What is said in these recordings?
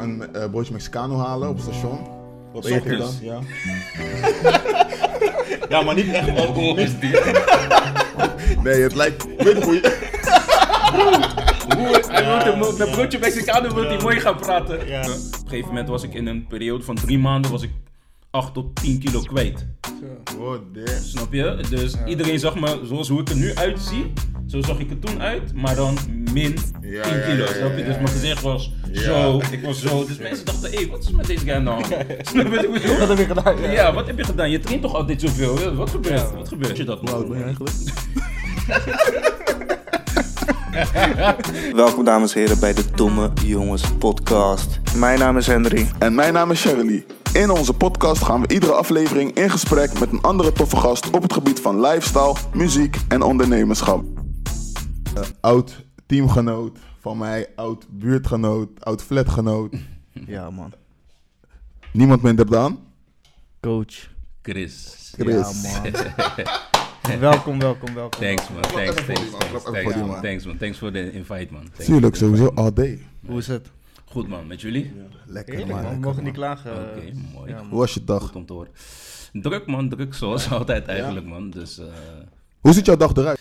een broodje Mexicano halen op het station. Wat eet je dan? Ja. Ja, maar niet echt alcoholisch. Nee, het lijkt... Weet je hoe je... Met broodje Mexicano wil hij mooi gaan praten. Ja. Op een gegeven moment was ik in een periode van 3 maanden was ik 8 tot 10 kilo kwijt. Oh, damn. Snap je? Dus iedereen zag me zoals hoe ik er nu uitzie. Zo zag ik er toen uit, maar dan min 10 kilo. Snap je? Dus mijn gezicht was zo, ik was zo. Dus mensen dachten, hé, wat is met deze guy aan de hand? Snap je wat ik bedoel? Wat heb je gedaan? Ja, wat heb je gedaan? Je traint toch altijd zoveel? Wat gebeurt? Wat gebeurt je dat? Hoe oud ben je eigenlijk? Welkom dames en heren bij de Domme Jongens podcast. Mijn naam is Henry. En mijn naam is Shirley. In onze podcast gaan we iedere aflevering in gesprek met een andere toffe gast op het gebied van lifestyle, muziek en ondernemerschap. Oud teamgenoot van mij, oud buurtgenoot, oud flatgenoot. Ja man. Niemand minder dan? Coach. Chris. Ja man. welkom. Thanks man. Thanks voor de invite man. Tuurlijk, sowieso all day. Hoe is het? Goed man, met jullie? Lekker Heerlijk, man. We mogen niet klagen. Oké, mooi. Ja, man. Hoe was je dag? Goed om te horen. Druk man, druk zoals altijd eigenlijk man. Dus, Hoe ziet jouw dag eruit?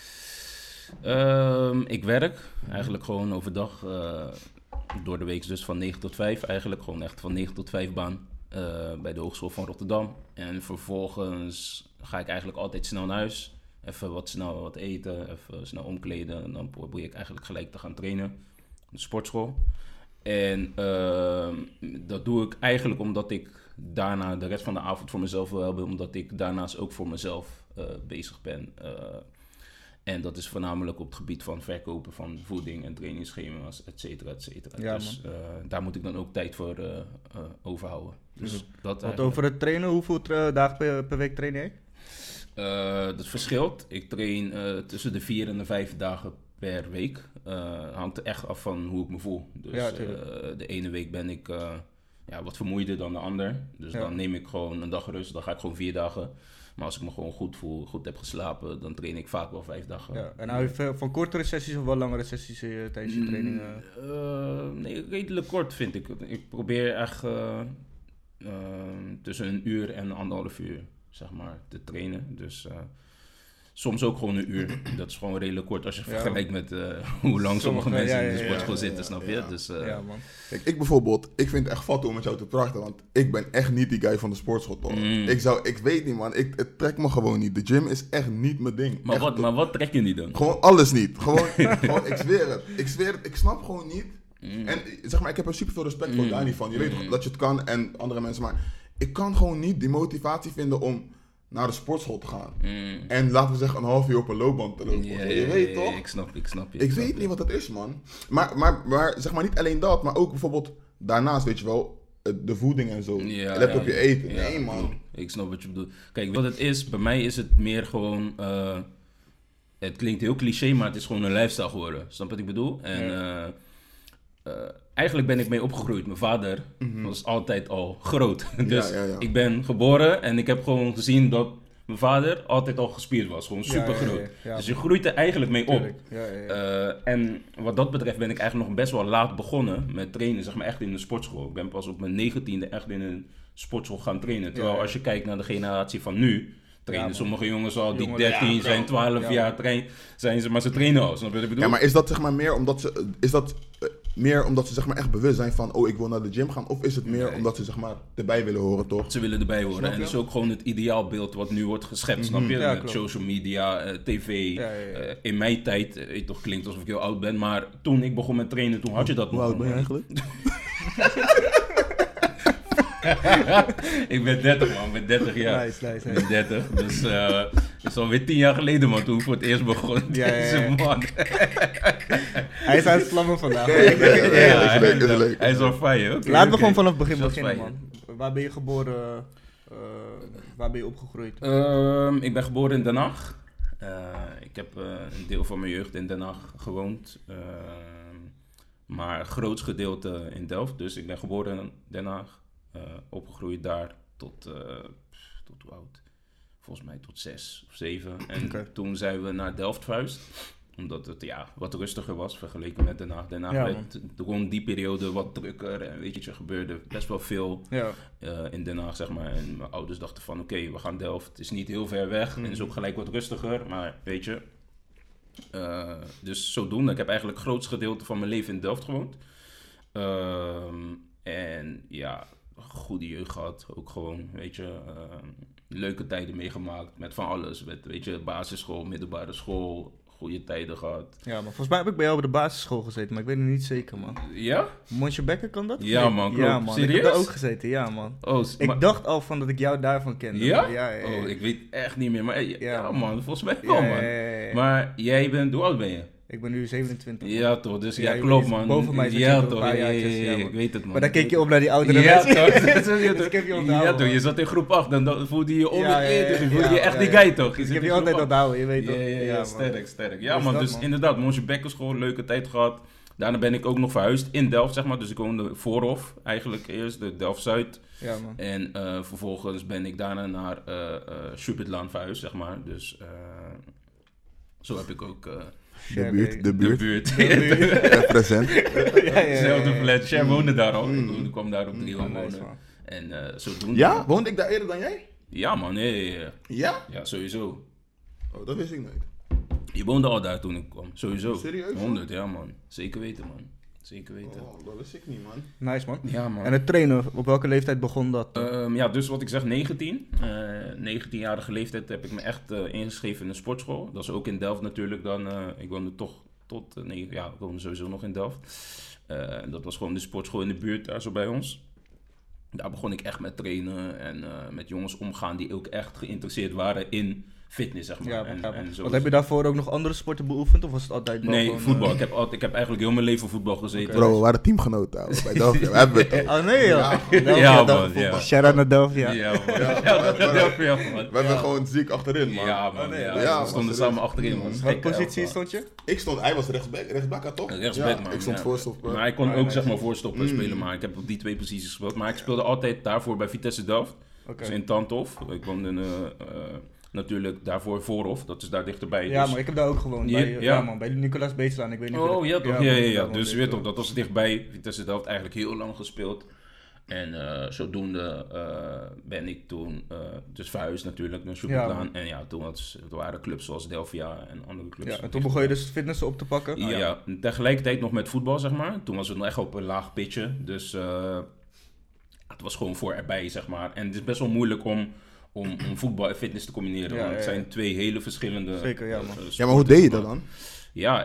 ik werk eigenlijk gewoon overdag door de week dus van 9 tot 5 eigenlijk. Gewoon echt van 9 tot 5 baan bij de Hogeschool van Rotterdam. En vervolgens ga ik eigenlijk altijd snel naar huis. Even wat eten, even snel omkleden. En dan probeer ik eigenlijk gelijk te gaan trainen in de sportschool. En dat doe ik eigenlijk omdat ik daarna de rest van de avond voor mezelf wil hebben. Omdat ik daarnaast ook voor mezelf bezig ben. En dat is voornamelijk op het gebied van verkopen van voeding en trainingsschema's, et cetera, et cetera. Ja, dus daar moet ik dan ook tijd voor overhouden. Dus Wat over het trainen, hoeveel dagen per week train jij? dat verschilt. Ik train tussen de 4 en de 5 dagen per week. Hangt er echt af van hoe ik me voel. Dus Ja, de ene week ben ik wat vermoeider dan de ander. Dus dan neem ik gewoon een dag rust. Dan ga ik gewoon 4 dagen. Maar als ik me gewoon goed voel, goed heb geslapen, dan train ik vaak wel 5 dagen. Ja. En hou je van kortere sessies of wel langere sessies tijdens je training? Nee, redelijk kort vind ik. Ik probeer echt tussen 1 uur en 1,5 uur zeg maar, te trainen. Dus soms ook gewoon 1 uur. Dat is gewoon redelijk kort als je vergelijkt met hoe lang sommige mensen in de sportschool zitten, snap je? Dus, ja, man. Kijk, ik bijvoorbeeld, ik vind het echt fat om met jou te praten, want ik ben echt niet die guy van de sportschool, toch? Ik weet niet, man. Het trekt me gewoon niet. De gym is echt niet mijn ding. Maar wat trek je niet dan? Gewoon alles niet. Gewoon, ik zweer het. Ik snap gewoon niet. En zeg maar, ik heb er super veel respect voor Dani van. Je weet toch dat je het kan en andere mensen, maar ik kan gewoon niet die motivatie vinden om naar de sportschool te gaan. En laten we zeggen een half uur op een loopband te lopen. Je weet toch? Ik snap je. Ik weet niet wat dat is, man. Maar zeg maar niet alleen dat, maar ook bijvoorbeeld daarnaast, weet je wel, de voeding en zo. Let op je eten. Nee, man. Ik snap wat je bedoelt. Kijk, wat het is, bij mij is het meer gewoon, het klinkt heel cliché, maar het is gewoon een lifestyle geworden. Snap wat ik bedoel? En eigenlijk ben ik mee opgegroeid. Mijn vader was altijd al groot. Dus ik ben geboren en ik heb gewoon gezien dat mijn vader altijd al gespierd was. Gewoon super groot. Dus je groeit er eigenlijk mee op. En wat dat betreft ben ik eigenlijk nog best wel laat begonnen met trainen. Zeg maar echt in de sportschool. Ik ben pas op mijn 19e echt in een sportschool gaan trainen. Terwijl als je kijkt naar de generatie van nu, trainen sommige jongens al die 13 zijn, 12 jaar zijn ze, maar ze trainen al. Snap je wat ik bedoel? Ja, maar is dat zeg maar meer omdat ze zeg maar echt bewust zijn van, ik wil naar de gym gaan? Of is het meer omdat ze zeg maar erbij willen horen, toch? Ze willen erbij horen. En dat is ook gewoon het ideaalbeeld wat nu wordt geschept, snap je? Ja, met social media, tv. In mijn tijd, toch klinkt alsof ik heel oud ben, maar toen ik begon met trainen, toen had je dat nog. Hoe oud ben je eigenlijk? Ik ben 30 man, ik ben 30 jaar. Nice. Ik ben 30, dus het is alweer 10 jaar geleden man, toen ik voor het eerst begon. Deze man. Hij is aan het vlammen vandaag. Hij is al fire. Laten we gewoon vanaf het begin beginnen, man. Waar ben je geboren? Waar ben je opgegroeid? Ik ben geboren in Den Haag. Ik heb een deel van mijn jeugd in Den Haag gewoond. Maar het grootste gedeelte in Delft. Dus ik ben geboren in Den Haag. Opgegroeid daar tot hoe oud? Volgens mij tot 6 of 7. En toen zijn we naar Delft verhuisd. Omdat het wat rustiger was vergeleken met Den Haag. Den Haag werd rond die periode wat drukker. En weet je, er gebeurde best wel veel in Den Haag, zeg maar. En mijn ouders dachten van, oké, we gaan Delft. Het is niet heel ver weg en het is ook gelijk wat rustiger. Maar weet je, dus zodoende. Ik heb eigenlijk het grootste gedeelte van mijn leven in Delft gewoond. En ja, goede jeugd gehad. Ook gewoon, weet je, leuke tijden meegemaakt met van alles. Met, weet je, basisschool, middelbare school, goede tijden gehad. Ja, maar volgens mij heb ik bij jou op de basisschool gezeten, maar ik weet het niet zeker, man. Ja? Montjebekker kan dat? Ja, man, klopt. Ja, man. Serieus? Ik heb daar ook gezeten, ja, man. Ik dacht al van dat ik jou daarvan kende. Ja? Ja. Oh, ik weet echt niet meer, maar ja, man, volgens mij Ja, wel, man. Maar jij bent, hoe oud ben je? Ik ben nu 27. Ja, toch, dus ja, klopt, man. Boven mij zit ja, je toch, een paar ja, jaartjes. Ja, ik weet het, man. Maar dan keek je op naar die oudere ja, mensen. toch. Dus ik heb je onthouden. Ja, toch, je man. zat in groep 8, dan voelde je je om Ja, het eten. Dan voelde ja, je echt ja, die ja. guy, toch? Ik heb je altijd onthouden, je weet toch? Ja, man. sterk. Ja, Dus man, dat, dus man. inderdaad, Montjebakker school, leuke tijd gehad. Daarna ben ik ook nog verhuisd in Delft, zeg maar. Dus ik woonde Voorhof, eigenlijk eerst, de Delft-Zuid. Ja, man. En vervolgens ben ik daarna naar Schubertlaan verhuisd, zeg maar. Dus zo heb ik ook De buurt. de buurt. Present. Zelfde flat. Cher woonde daar al. Ik kwam daar op 3 jaar nice, wonen. man. En zodoende. Ja? Woonde ik daar eerder dan jij? Ja, man. Nee. Ja? Ja, sowieso. Oh, dat wist ik nooit. Je woonde al daar toen ik kwam. Sowieso. Serieus, man? 100, ja, man. Zeker weten, man. Zeker weten. Oh, dat wist ik niet, man. Nice, man. Ja, man. En het trainen, op welke leeftijd begon dat? Ja, dus wat ik zeg, 19. 19-jarige leeftijd heb ik me echt ingeschreven in een sportschool. Dat is ook in Delft natuurlijk dan. Ik woonde toch tot 9 jaar, ik woonde sowieso nog in Delft. Dat was gewoon de sportschool in de buurt daar zo bij ons. Daar begon ik echt met trainen en met jongens omgaan die ook echt geïnteresseerd waren in fitness, zeg maar. Ja, en zo. Want heb je daarvoor ook nog andere sporten beoefend? Of was het altijd wel Nee, gewoon, voetbal. Ik heb eigenlijk heel mijn leven voetbal gezeten. Bro, we waren teamgenoten ouwe, bij Delft. Ja, we hebben het ook. Oh nee, joh. Delft, Ja, Delft, man, ja. Shout-out naar Delft, ja. Ja, man. Ja, man. We hebben gewoon ziek achterin, man. Ja, man. nee, Ja, ja, we stonden man, samen serieus. achterin, man. Welke positie stond je? Hij was rechtsback, toch? Rechtsback, Ja, man. ik stond Ja. voorstopper. Maar ik kon ook, nice. zeg maar, voorstoppen spelen, maar ik heb op die 2 posities gespeeld. Maar ik speelde altijd daarvoor bij Vitesse Delft. Oké. Dus in Tanthof. Ik woonde natuurlijk daarvoor Voorhof. Dat is daar dichterbij. Ja, dus. maar ik heb daar ook gewoond. Ja, Bij, ja. ja, man, bij Nicolas Beetslaan. Ik weet niet Oh, of je ja dat- toch? Ja. man, Dus weet weet ik toch, dat was dichtbij. Vitesse Delft eigenlijk heel lang gespeeld. En zodoende ben ik toen dus verhuisd natuurlijk naar Schubertlaan. Ja, En ja, toen waren clubs zoals Delphia en andere clubs. Ja, en toen begon je dus fitnessen op te pakken? Ja, en tegelijkertijd nog met voetbal, zeg maar. Toen was het nog echt op een laag pitje. Dus het was gewoon voor erbij, zeg maar. En het is best wel moeilijk om voetbal en fitness te combineren. Ja, want het ja. zijn 2 hele verschillende... Zeker, ja, man. Ja, maar hoe deed je dat dan? Ja,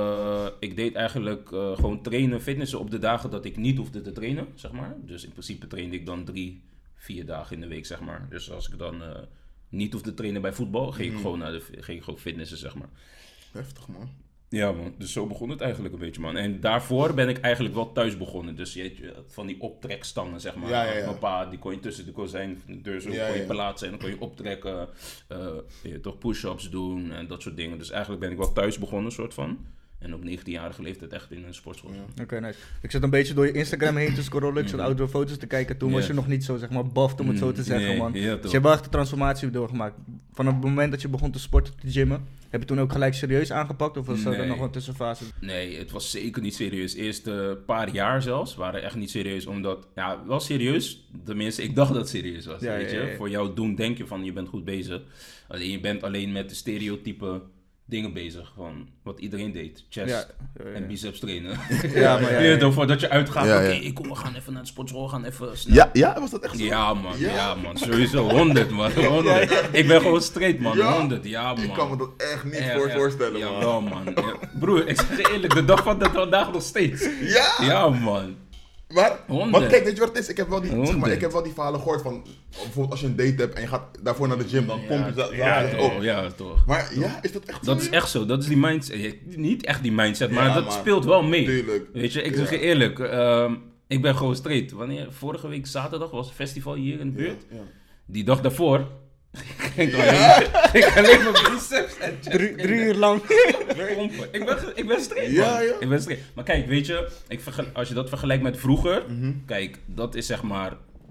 ik deed eigenlijk gewoon trainen, fitnessen op de dagen dat ik niet hoefde te trainen, zeg maar. Dus in principe trainde ik dan 3-4 dagen in de week, zeg maar. Dus als ik dan niet hoefde te trainen bij voetbal, ging ik gewoon fitnessen, zeg maar. Heftig, man. Ja, man. Dus zo begon het eigenlijk een beetje, man. En daarvoor ben ik eigenlijk wel thuis begonnen. Dus je van die optrekstangen, zeg maar. Ja. Mijn pa, die kon je tussen de kozijn van de deur zo kon je plaatsen. En dan kon je optrekken, toch push-ups doen en dat soort dingen. Dus eigenlijk ben ik wel thuis begonnen, soort van. En op 19-jarige leeftijd echt in een sportschool. Ja. Oké, nice. Ik zit een beetje door je Instagram heen te scrollen. Ik zat oudere foto's te kijken. Toen was je nog niet zo, zeg maar, buffed, om het zo te zeggen, Nee, man. ja, Dus toch. je hebt wel echt de transformatie doorgemaakt. Vanaf het moment dat je begon te sporten, te gymmen, heb je toen ook gelijk serieus aangepakt? Of was er Nee. nog een tussenfase? Nee, het was zeker niet serieus. Eerste paar jaar zelfs waren echt niet serieus. Omdat, ja, wel serieus. Tenminste, ik dacht dat het serieus was, Ja, weet je. ja. Voor jou doen denk je van, je bent goed bezig. Alleen je bent alleen met de stereotype dingen bezig. Van wat iedereen deed. Chest en biceps trainen. Ja, maar ja. Je weet toch, voordat je uitgaat. Ja, Oké, ja. kom, we gaan even naar de sportschool. We gaan even snel. Ja, was dat echt zo? Ja, man. Ja? Ja, man. Sowieso. 100, man. 100. Ik ben gewoon straight, man. Ja? 100. Ja, man. Ik kan me dat echt niet Echt. voorstellen, man. Jawel, man. Ja. Broer, ik zeg je eerlijk, de dag van de vandaag nog steeds. Ja? Ja, man. Maar, 100. want kijk, weet je wat het is? Ik heb wel die, zeg maar, 100. ik heb wel die verhalen gehoord van, bijvoorbeeld als je een date hebt en je gaat daarvoor naar de gym, dan pomp je dat Ja, op. toch. Ja, toch. Maar ja, is dat echt zo? Dat is echt zo. Dat is die mindset. Niet echt die mindset, maar Ja, dat maar speelt wel mee. tuurlijk. Weet je, ik Ja. zeg je eerlijk. Ik ben gewoon straight. Vorige week zaterdag was een festival hier in de buurt. Ja. Die dag daarvoor ging ik alleen mijn biceps en chest 3 uur lang. pompen. Ik ben straight, Ja, man. ja. Ik ben straight. Maar kijk, weet je, als je dat vergelijkt met vroeger, kijk, dat is zeg maar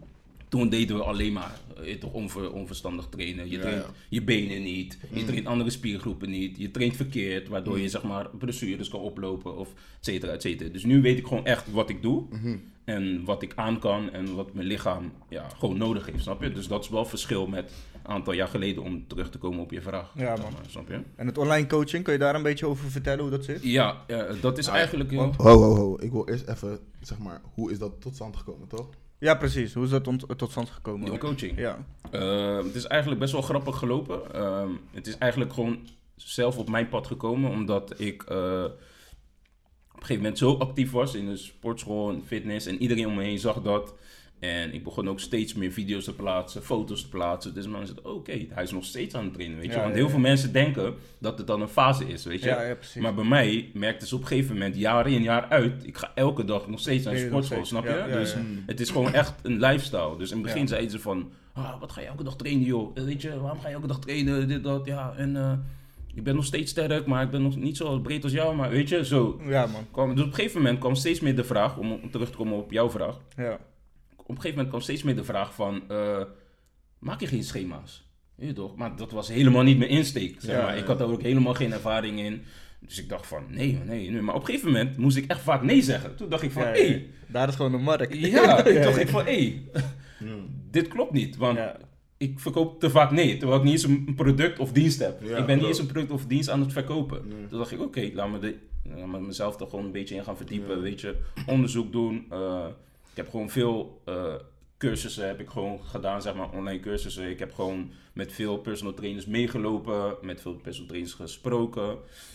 Toen deden we alleen maar toch onverstandig trainen. Je traint je benen niet, je traint andere spiergroepen niet, je traint verkeerd, waardoor je zeg maar blessures kan oplopen of et cetera, et cetera. Dus nu weet ik gewoon echt wat ik doe en wat ik aan kan en wat mijn lichaam gewoon nodig heeft, snap je? Dus dat is wel verschil met een aantal jaar geleden om terug te komen op je vraag. Ja, man. Snap je? En het online coaching, kun je daar een beetje over vertellen hoe dat zit? Ja, dat is eigenlijk... Ho. Ik wil eerst even, zeg maar, hoe is dat tot stand gekomen, toch? Ja, precies. Hoe is dat tot stand gekomen? De coaching. Ja. Het is eigenlijk best wel grappig gelopen. Het is eigenlijk gewoon zelf op mijn pad gekomen, omdat ik op een gegeven moment zo actief was in de sportschool en fitness en iedereen om me heen zag dat. En ik begon ook steeds meer video's te plaatsen, foto's te plaatsen. Dus mensen zeiden, oké, hij is nog steeds aan het trainen, weet je. Want heel veel mensen denken dat het dan een fase is, weet je. Ja, precies. Maar bij mij merkte ze op een gegeven moment, jaar in, jaar uit, ik ga elke dag nog steeds naar de sportschool, snap je? Dus het is gewoon echt een lifestyle. Dus in het begin zeiden ze van, wat ga je elke dag trainen, joh? Weet je, waarom ga je elke dag trainen, dit, dat, ja. En ik ben nog steeds sterk, maar ik ben nog niet zo breed als jou, maar weet je, zo. Ja, man. Dus op een gegeven moment kwam steeds meer de vraag, om terug te komen op jouw vraag. Ja. Op een gegeven moment kwam steeds meer de vraag van, maak je geen schema's? Weet je toch? Maar dat was helemaal niet mijn insteek. Zeg maar. Ik had daar ook helemaal geen ervaring in. Dus ik dacht van, nee. Maar op een gegeven moment moest ik echt vaak nee zeggen. Toen dacht ik van, daar is gewoon een markt. Ja, ik dacht van, dit klopt niet. Want ik verkoop te vaak nee, terwijl ik niet eens een product of dienst heb. Ik ben niet eens een product of dienst aan het verkopen. Toen dacht ik, oké, laat me mezelf er gewoon een beetje in gaan verdiepen. Weet je, onderzoek doen. Ik heb gewoon veel cursussen heb ik gewoon gedaan, zeg maar, online cursussen. Ik heb gewoon met veel personal trainers meegelopen, met veel personal trainers gesproken.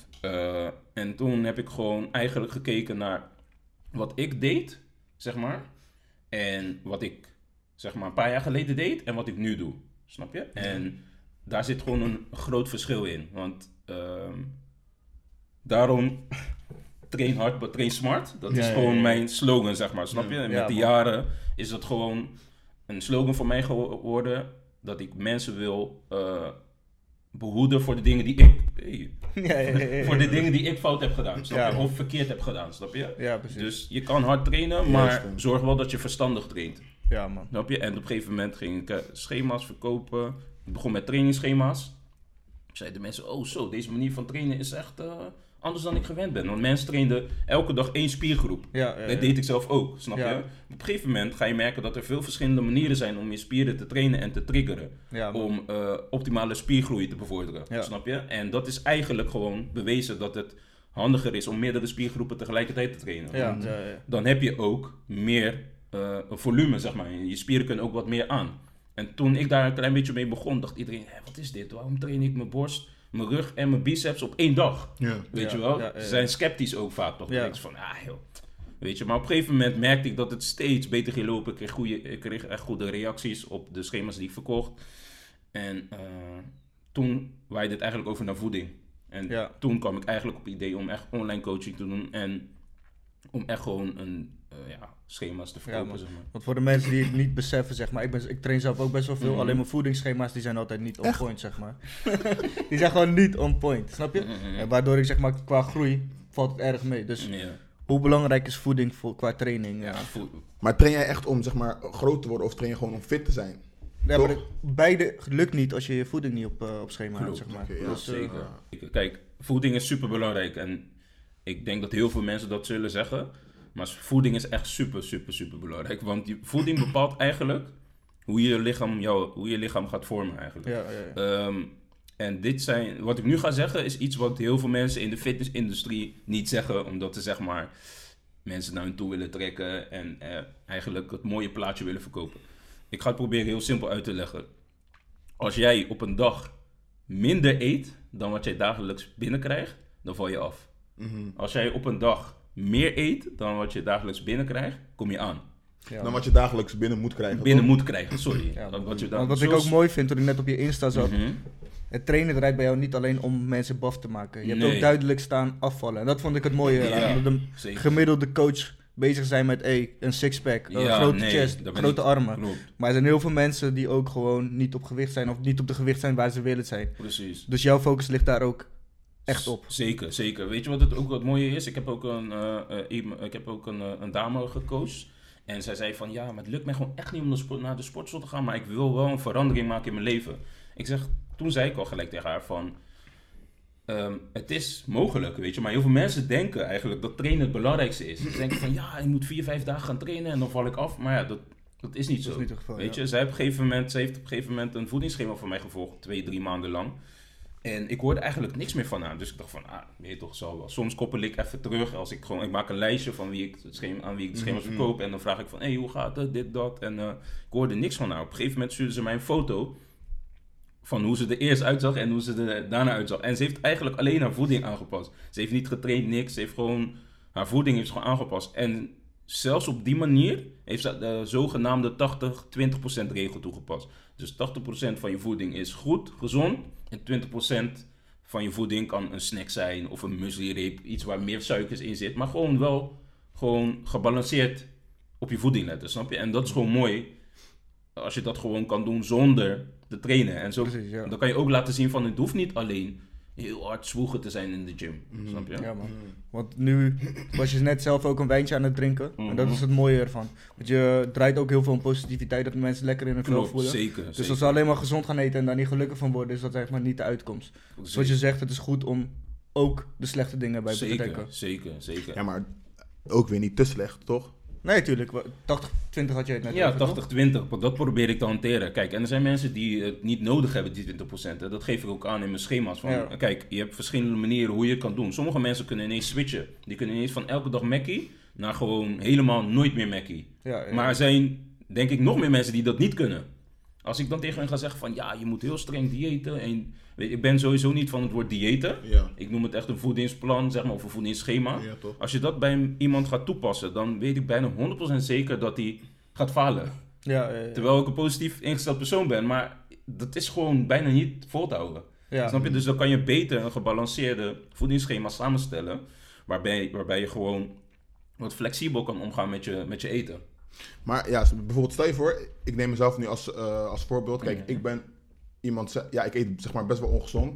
En toen heb ik gewoon eigenlijk gekeken naar wat ik deed, zeg maar. En wat ik, zeg maar, een paar jaar geleden deed en wat ik nu doe. Snap je? En daar zit gewoon een groot verschil in. Want daarom... Train hard, but train smart. Dat is gewoon mijn slogan, zeg maar. Snap je? En met de jaren is dat gewoon een slogan voor mij geworden. Dat ik mensen wil behoeden voor de dingen die ik... Voor de dingen die ik fout heb gedaan. Snap je? Of verkeerd heb gedaan, snap je? Ja, precies. Dus je kan hard trainen, maar zorg wel dat je verstandig traint. Ja, man. Snap je? En op een gegeven moment ging ik schema's verkopen. Ik begon met trainingsschema's. Zeiden de mensen, oh zo, deze manier van trainen is echt... anders dan ik gewend ben. Want mensen trainden elke dag 1 spiergroep. Dat deed ik zelf ook, snap je? Op een gegeven moment ga je merken dat er veel verschillende manieren zijn om je spieren te trainen en te triggeren. Om optimale spiergroei te bevorderen, snap je? En dat is eigenlijk gewoon bewezen dat het handiger is om meerdere spiergroepen tegelijkertijd te trainen. Dan heb je ook meer volume, zeg maar. Je spieren kunnen ook wat meer aan. En toen ik daar een klein beetje mee begon, dacht iedereen, wat is dit? Waarom train ik mijn borst, mijn rug en mijn biceps op 1 dag? Weet je wel? Ze zijn sceptisch ook vaak toch? Ik van, joh. Weet je, maar op een gegeven moment merkte ik dat het steeds beter ging lopen. Ik kreeg echt goede reacties op de schema's die ik verkocht. En toen waaide het eigenlijk over naar voeding. En toen kwam ik eigenlijk op het idee om echt online coaching te doen. En om echt gewoon een schema's te verkopen, zeg maar. Want voor de mensen die het niet beseffen, zeg maar, ik train zelf ook best wel veel. Alleen mijn voedingsschema's die zijn altijd niet on point, zeg maar. Die zijn gewoon niet on point, snap je? En waardoor ik, zeg maar, qua groei valt het erg mee. Dus hoe belangrijk is voeding qua training? Maar train jij echt om, zeg maar, groot te worden of train je gewoon om fit te zijn? Ja, maar beide lukt niet als je je voeding niet op schema houdt, zeg maar. Okay, zeker. Kijk, voeding is super belangrijk en ik denk dat heel veel mensen dat zullen zeggen. Maar voeding is echt super, super, super belangrijk. Want die voeding bepaalt eigenlijk hoe je lichaam gaat vormen eigenlijk. En wat ik nu ga zeggen is iets wat heel veel mensen in de fitnessindustrie niet zeggen. Omdat ze, zeg maar, mensen naar hun toe willen trekken en eigenlijk het mooie plaatje willen verkopen. Ik ga het proberen heel simpel uit te leggen. Als jij op een dag minder eet dan wat jij dagelijks binnenkrijgt, dan val je af. Als jij op een dag meer eet dan wat je dagelijks binnenkrijgt, kom je aan. Dan wat je dagelijks binnen moet krijgen. Sorry. Wat ik ook mooi vind, toen ik net op je Insta zat, het trainen draait bij jou niet alleen om mensen buff te maken. Je hebt ook duidelijk staan afvallen. En dat vond ik het mooie. Dat de gemiddelde coach bezig zijn met een sixpack, grote chest, grote armen. Klopt. Maar er zijn heel veel mensen die ook gewoon niet op gewicht zijn of niet op de gewicht zijn waar ze willen zijn. Precies. Dus jouw focus ligt daar ook echt op. Zeker. Weet je wat het ook wat mooie is? Ik heb ook een dame gecoacht. En zij zei van, ja, maar het lukt mij gewoon echt niet om naar de sportschool te gaan, maar ik wil wel een verandering maken in mijn leven. Toen zei ik al gelijk tegen haar van, het is mogelijk, weet je, maar heel veel mensen denken eigenlijk dat trainen het belangrijkste is. Ze denken van, ja, ik moet 4-5 dagen gaan trainen en dan val ik af, maar ja, dat is niet zo. Dat is niet het geval, weet je, ze heeft op een gegeven moment een voedingsschema van mij gevolgd, 2-3 maanden lang. En ik hoorde eigenlijk niks meer van haar. Dus ik dacht van, weet je toch, zal wel. Soms koppel ik even terug als ik maak een lijstje van aan wie ik het schema's verkoop. En dan vraag ik van, hoe gaat het, dit, dat. En ik hoorde niks van haar. Op een gegeven moment stuurde ze mij een foto van hoe ze er eerst uitzag en hoe ze er daarna uitzag. En ze heeft eigenlijk alleen haar voeding aangepast. Ze heeft niet getraind, niks. Ze heeft gewoon, haar voeding heeft gewoon aangepast. En zelfs op die manier heeft ze de zogenaamde 80-20% regel toegepast. Dus 80% van je voeding is goed, gezond. En 20% van je voeding kan een snack zijn of een muesli-reep. Iets waar meer suikers in zit. Maar gewoon wel gebalanceerd op je voeding letten, snap je? En dat is gewoon mooi als je dat gewoon kan doen zonder te trainen. En zo, precies, ja. Dan kan je ook laten zien van het hoeft niet alleen heel hard zwoegen te zijn in de gym. Snap je? Ja, man. Want nu was je net zelf ook een wijntje aan het drinken. En dat is het mooie ervan. Want je draait ook heel veel om positiviteit, dat mensen lekker in hun vel voelen. Zeker. Dus als ze alleen maar gezond gaan eten en daar niet gelukkig van worden, is dat zeg maar niet de uitkomst. Zeker. Zoals je zegt, het is goed om ook de slechte dingen bij te betrekken. Zeker. Ja, maar ook weer niet te slecht, toch? Nee, tuurlijk. 80-20 had je het net over. 80-20, dat probeer ik te hanteren. Kijk, en er zijn mensen die het niet nodig hebben, die 20%. Dat geef ik ook aan in mijn schema's. Kijk, je hebt verschillende manieren hoe je het kan doen. Sommige mensen kunnen ineens switchen. Die kunnen ineens van elke dag Mackie naar gewoon helemaal nooit meer Mackie. Ja. Maar er zijn, denk ik, nog meer mensen die dat niet kunnen. Als ik dan tegen hen ga zeggen van, ja, je moet heel streng diëten. En, weet je, ik ben sowieso niet van het woord diëten. Ja. Ik noem het echt een voedingsplan, zeg maar, of een voedingsschema. Ja, als je dat bij iemand gaat toepassen, dan weet ik bijna 100% zeker dat hij gaat falen. Ja. Terwijl ik een positief ingesteld persoon ben, maar dat is gewoon bijna niet vol te houden. Ja. Snap je? Dus dan kan je beter een gebalanceerde voedingsschema samenstellen, waarbij je gewoon wat flexibel kan omgaan met je eten. Maar ja, bijvoorbeeld stel je voor, ik neem mezelf nu als voorbeeld. Kijk, ik ben iemand, ik eet zeg maar best wel ongezond.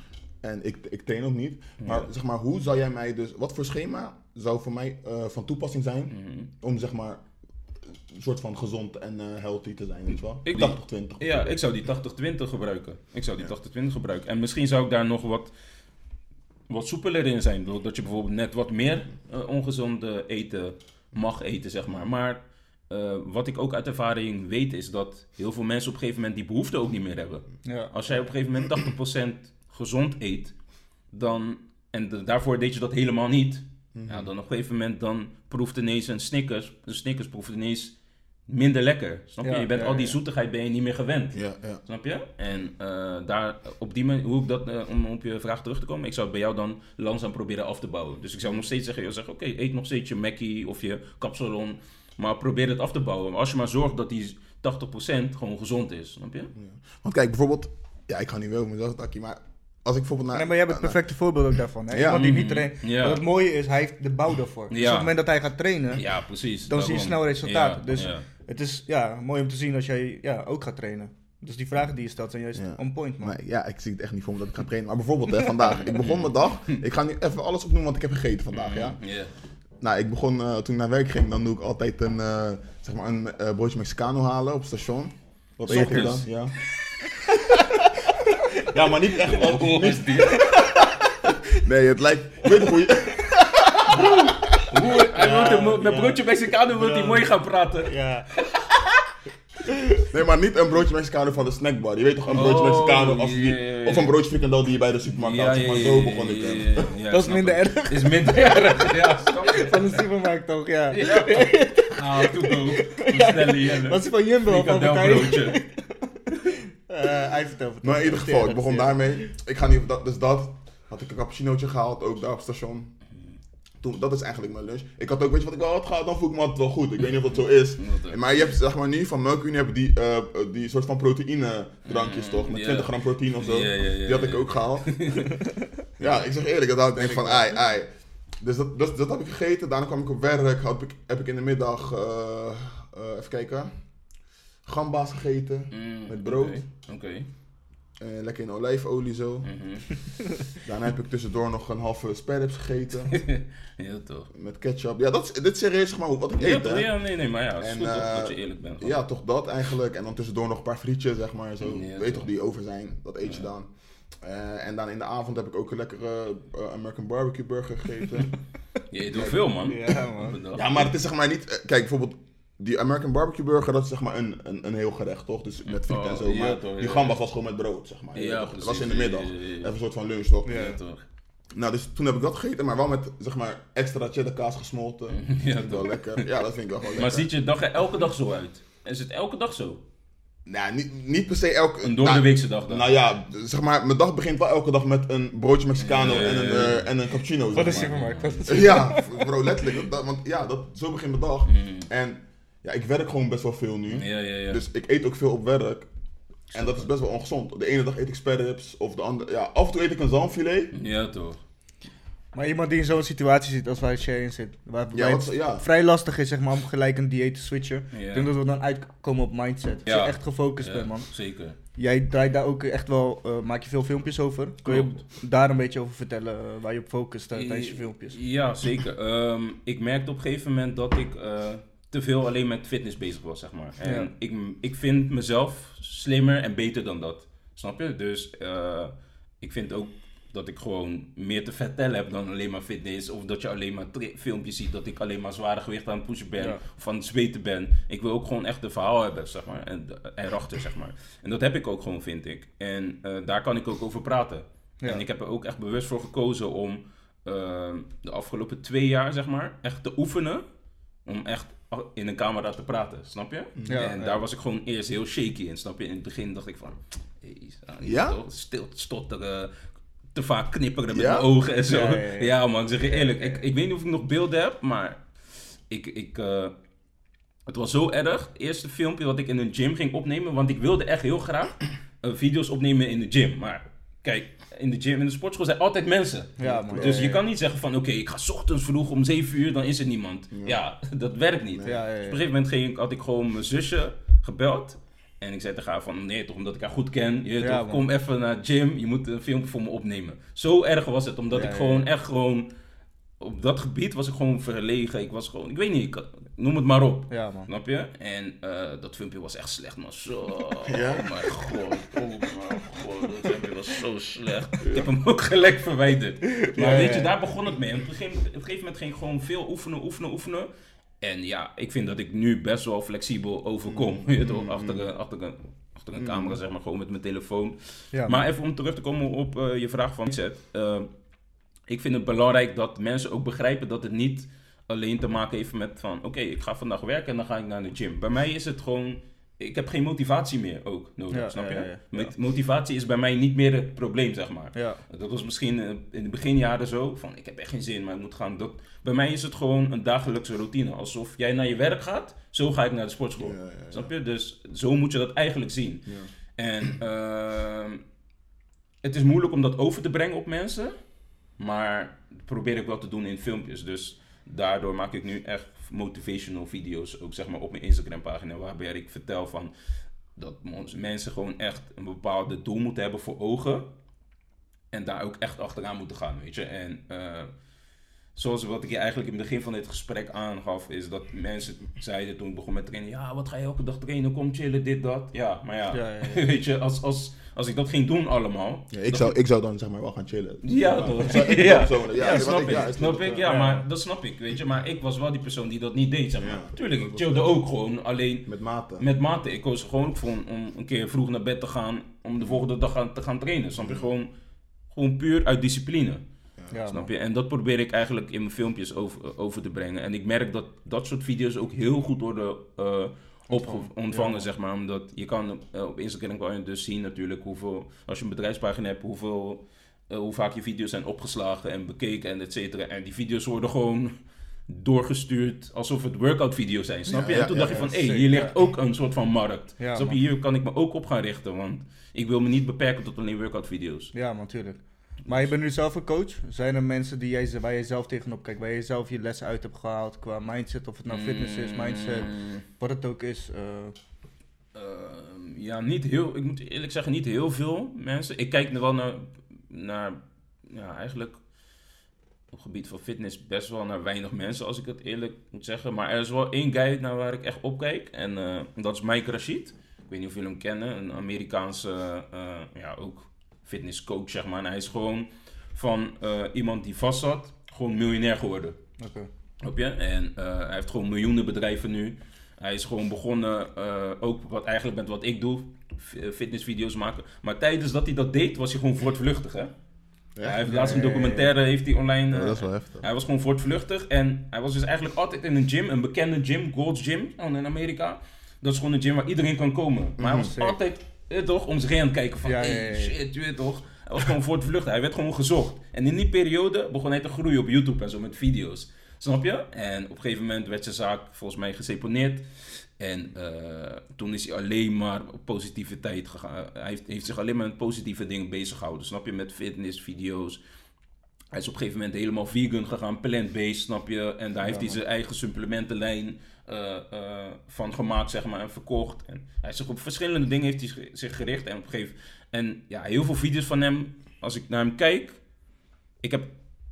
En ik train ook niet. Maar zeg maar, hoe zou jij mij dus, wat voor schema zou voor mij van toepassing zijn om zeg maar een soort van gezond en healthy te zijn, weet je wel? 80-20. Ja, ik zou die 80-20 gebruiken. En misschien zou ik daar nog wat soepeler in zijn. Dat je bijvoorbeeld net wat meer ongezonde eten mag eten, zeg maar. Maar wat ik ook uit ervaring weet is dat heel veel mensen op een gegeven moment die behoefte ook niet meer hebben. Ja. Als jij op een gegeven moment 80% gezond eet, daarvoor deed je dat helemaal niet. Ja, dan op een gegeven moment dan proeft ineens een Snickers proeft ineens minder lekker. Snap je? Je bent al die zoetigheid ben je niet meer gewend. Ja. Snap je? En daar op die manier, hoe ik dat, om op je vraag terug te komen, ik zou het bij jou dan langzaam proberen af te bouwen. Dus ik zou nog steeds zeggen, oké, eet nog steeds je Mackie of je Capsalon, maar probeer het af te bouwen. Maar als je maar zorgt dat die 80% gewoon gezond is, snap je? Ja. Want kijk, bijvoorbeeld, ik ga niet wel mezelf takkie, maar als ik bijvoorbeeld nee, maar jij hebt het perfecte voorbeeld ook daarvan. Hè? Iemand die niet traint. Ja. Het mooie is, hij heeft de bouw daarvoor. Dus op het moment dat hij gaat trainen, dan zie je snel resultaten. Dus het is mooi om te zien als jij ook gaat trainen. Dus die vragen die je stelt zijn juist on point, man. Nee, ik zie het echt niet voor me dat ik ga trainen. Maar bijvoorbeeld vandaag, ik begon mijn dag. Ik ga nu even alles opnoemen wat ik heb gegeten vandaag, Nou, ik begon, toen ik naar werk ging, dan doe ik altijd een broodje Mexicano halen op het station. Wat eet je dan? Ja. Ja, maar niet echt wel. Nee, het lijkt... Weet je hoe je... Hij moet met broodje Mexicano wil hij mooi gaan praten. Ja. Nee, maar niet een broodje Mexicano van de snackbar. Je weet toch, een broodje Mexicano of een broodje frikandel die je bij de supermarkt had. Maar zo begon ik. Dat is minder erg. Is minder erg, ja. Van de supermarkt toch, ja. Wat is van Jumbo? Frikandel Hij vertelt. Maar in ieder geval, ik begon daarmee. Ik ga niet, dat. Had ik een cappuccinootje gehaald, ook daar op het station. Dat is eigenlijk mijn lunch. Ik had ook, weet je wat ik wel had gehaald, dan voel ik me altijd wel goed. Ik weet niet of dat zo is. Maar je hebt, zeg maar nu, van Melkunie heb je die soort van proteïne drankjes toch? Met 20 gram proteïne of zo. Die had ik ook gehaald. Ja, ik zeg eerlijk, dat had ik van ei. Dus dat heb ik gegeten. Daarna kwam ik op werk. Heb ik in de middag, even kijken, gamba's gegeten met brood. Okay. Lekker in olijfolie zo. Daarna heb ik tussendoor nog een halve sparrows gegeten. Ja, toch. Met ketchup. Ja, dit is serieus zeg maar wat ik eet, hè. Ja, nee, maar ja, het is goed dat je eerlijk bent. Ja, toch dat eigenlijk. En dan tussendoor nog een paar frietjes, zeg maar. Zo. Ja, weet toch, die over zijn. Dat eet je dan. En dan in de avond heb ik ook een lekkere American barbecue burger gegeten. Je eet wel veel, man. Ja, man. Ja, maar het is zeg maar niet... kijk, bijvoorbeeld die American barbecue burger, dat is zeg maar een heel gerecht, toch? Dus met friet en zo. Maar die gambas was gewoon met brood, zeg maar. Ja, het was in de middag. Even een soort van lunch, toch? Ja, toch. Nou, dus toen heb ik dat gegeten, maar wel met zeg maar extra cheddar kaas gesmolten. Ja, dat vind ik wel lekker. Ja, dat vind ik wel gewoon lekker. Maar ziet je dag er elke dag zo uit? Is het elke dag zo? Nou, niet per se elke... Een doordeweekse dag dan? Nou ja, zeg maar, mijn dag begint wel elke dag met een broodje Mexicano en een cappuccino. Wat is supermarkt? Ja, bro, letterlijk. Want ja, zo begint mijn dag. En ja, ik werk gewoon best wel veel nu. Ja. Dus ik eet ook veel op werk. En dat is best wel ongezond. De ene dag eet ik sparrows, of de andere... Ja, af en toe eet ik een zalmfilet. Ja, toch. Maar iemand die in zo'n situatie zit als waar Shay in zit, waarbij het vrij lastig is zeg maar, om gelijk een dieet te switchen. Ja. Ik denk dat we dan uitkomen op mindset. Als je echt gefocust bent, man. Zeker. Jij draait daar ook echt wel, maak je veel filmpjes over. Kun je daar een beetje over vertellen waar je op focust tijdens je filmpjes? Ja, zeker. Ik merkte op een gegeven moment dat ik te veel alleen met fitness bezig was, zeg maar. En ik vind mezelf slimmer en beter dan dat. Snap je? Dus ik vind ook dat ik gewoon meer te vertellen heb dan alleen maar fitness. Of dat je alleen maar filmpjes ziet dat ik alleen maar zware gewicht aan het pushen ben. Of aan het zweten ben. Ik wil ook gewoon echt een verhaal hebben, zeg maar. En erachter, zeg maar. En dat heb ik ook gewoon, vind ik. En daar kan ik ook over praten. Ja. En ik heb er ook echt bewust voor gekozen om de afgelopen 2 jaar, zeg maar, echt te oefenen. Om echt in een camera te praten, snap je? Ja, en daar was ik gewoon eerst heel shaky in, snap je? In het begin dacht ik van, stotteren, te vaak knipperen met mijn ogen en zo. Ja man, ik zeg je eerlijk, ik weet niet of ik nog beelden heb, maar het was zo erg. Het eerste filmpje wat ik in een gym ging opnemen, want ik wilde echt heel graag video's opnemen in de gym. Maar kijk, in de gym, in de sportschool zijn altijd mensen. Ja, man. Dus je kan niet zeggen van oké, ik ga 's ochtends vroeg om 7 uur, dan is er niemand. Ja, dat werkt niet. Dus op een gegeven moment had ik gewoon mijn zusje gebeld. En ik zei tegen haar van, nee toch, omdat ik haar goed ken. Kom even naar de gym, je moet een filmpje voor me opnemen. Zo erg was het, omdat ik gewoon op dat gebied was ik gewoon verlegen. Ik was gewoon, ik weet niet, noem het maar op. Ja, man. Snap je? En dat filmpje was echt slecht, man. Zo, oh mijn god, dat filmpje was zo slecht. Ik heb hem ook gelijk verwijderd. Maar weet je, daar begon het mee. En op een gegeven moment ging ik gewoon veel oefenen. En ja, ik vind dat ik nu best wel flexibel overkom. Achter een camera, zeg maar, gewoon met mijn telefoon. Ja, maar even om terug te komen op je vraag van mindset. Ik vind het belangrijk dat mensen ook begrijpen dat het niet alleen te maken heeft met van... Oké, ik ga vandaag werken en dan ga ik naar de gym. Bij mij is het gewoon... Ik heb geen motivatie meer ook nodig, snap je? Motivatie is bij mij niet meer het probleem, zeg maar. Ja. Dat was misschien in de beginjaren zo, van ik heb echt geen zin, maar ik moet gaan. Bij mij is het gewoon een dagelijkse routine. Alsof jij naar je werk gaat, zo ga ik naar de sportschool. Snap je? Dus zo moet je dat eigenlijk zien. Ja. En het is moeilijk om dat over te brengen op mensen, maar dat probeer ik wel te doen in filmpjes. Dus daardoor maak ik nu echt motivational video's, ook zeg maar op mijn Instagram pagina, waarbij ik vertel van dat mensen gewoon echt een bepaalde doel moeten hebben voor ogen en daar ook echt achteraan moeten gaan, weet je. En zoals wat ik je eigenlijk in het begin van dit gesprek aangaf, is dat mensen zeiden toen ik begon met trainen, ja, wat ga je elke dag trainen, kom chillen, dit, dat. Ja, maar ja. Weet je, als ik dat ging doen allemaal... Ja, ik zou dan zeg maar wel gaan chillen. Ja, toch? Snap ik. Ja, maar dat snap ik, weet je. Maar ik was wel die persoon die dat niet deed, zeg maar. Ja, tuurlijk, ik chillde ook gewoon, alleen... Met mate. Ik koos gewoon voor om een keer vroeg naar bed te gaan, om de volgende dag te gaan trainen. Snap je? Gewoon puur uit discipline. Ja, snap je? En dat probeer ik eigenlijk in mijn filmpjes over te brengen. En ik merk dat dat soort video's ook heel goed worden ontvangen, zeg maar. Omdat je kan op Instagram kan je dus zien natuurlijk hoeveel, als je een bedrijfspagina hebt, hoe vaak je video's zijn opgeslagen en bekeken en et cetera. En die video's worden gewoon doorgestuurd alsof het workout video's zijn, snap je? En toen dacht je van, hier ligt ook een soort van markt. Ja, snap je? Hier kan ik me ook op gaan richten, want ik wil me niet beperken tot alleen workout video's. Ja, natuurlijk. Maar je bent nu zelf een coach. Zijn er mensen waar je zelf tegenop kijkt, waar je zelf je lessen uit hebt gehaald qua mindset, of het nou fitness is, mindset, wat het ook is? Ja, niet heel... Ik moet eerlijk zeggen, niet heel veel mensen. Ik kijk wel naar ja, eigenlijk op het gebied van fitness best wel naar weinig mensen, als ik het eerlijk moet zeggen. Maar er is wel één guy naar waar ik echt op kijk. En dat is Mike Rashid. Ik weet niet of jullie hem kennen. Een Amerikaanse, ook fitnesscoach, zeg maar. En hij is gewoon van iemand die vast zat, gewoon miljonair geworden. Oké. Snap je? En hij heeft gewoon miljoenen bedrijven nu. Hij is gewoon begonnen, ook eigenlijk met wat ik doe, fitnessvideo's maken. Maar tijdens dat hij dat deed, was hij gewoon voortvluchtig, hè? Ja, hij heeft laatst een documentaire heeft hij online. Dat is wel heftig. Hij was gewoon voortvluchtig en hij was dus eigenlijk altijd in een gym, een bekende gym, Gold's Gym in Amerika. Dat is gewoon een gym waar iedereen kan komen. Maar hij was altijd, toch, om zich heen aan het kijken van, shit, je weet toch. Hij was gewoon voortvluchtig, hij werd gewoon gezocht. En in die periode begon hij te groeien op YouTube en zo met video's. Snap je? En op een gegeven moment werd zijn zaak volgens mij geseponeerd. En toen is hij alleen maar op positiviteit gegaan. Hij heeft zich alleen maar met positieve dingen bezig gehouden. Snap je? Met fitnessvideo's. Hij is op een gegeven moment helemaal vegan gegaan, plant-based, snap je? En daar heeft hij zijn eigen supplementenlijn van gemaakt, zeg maar, en verkocht. En hij is zich op verschillende dingen heeft hij zich gericht. En op een gegeven en ja, heel veel video's van hem, als ik naar hem kijk, ik heb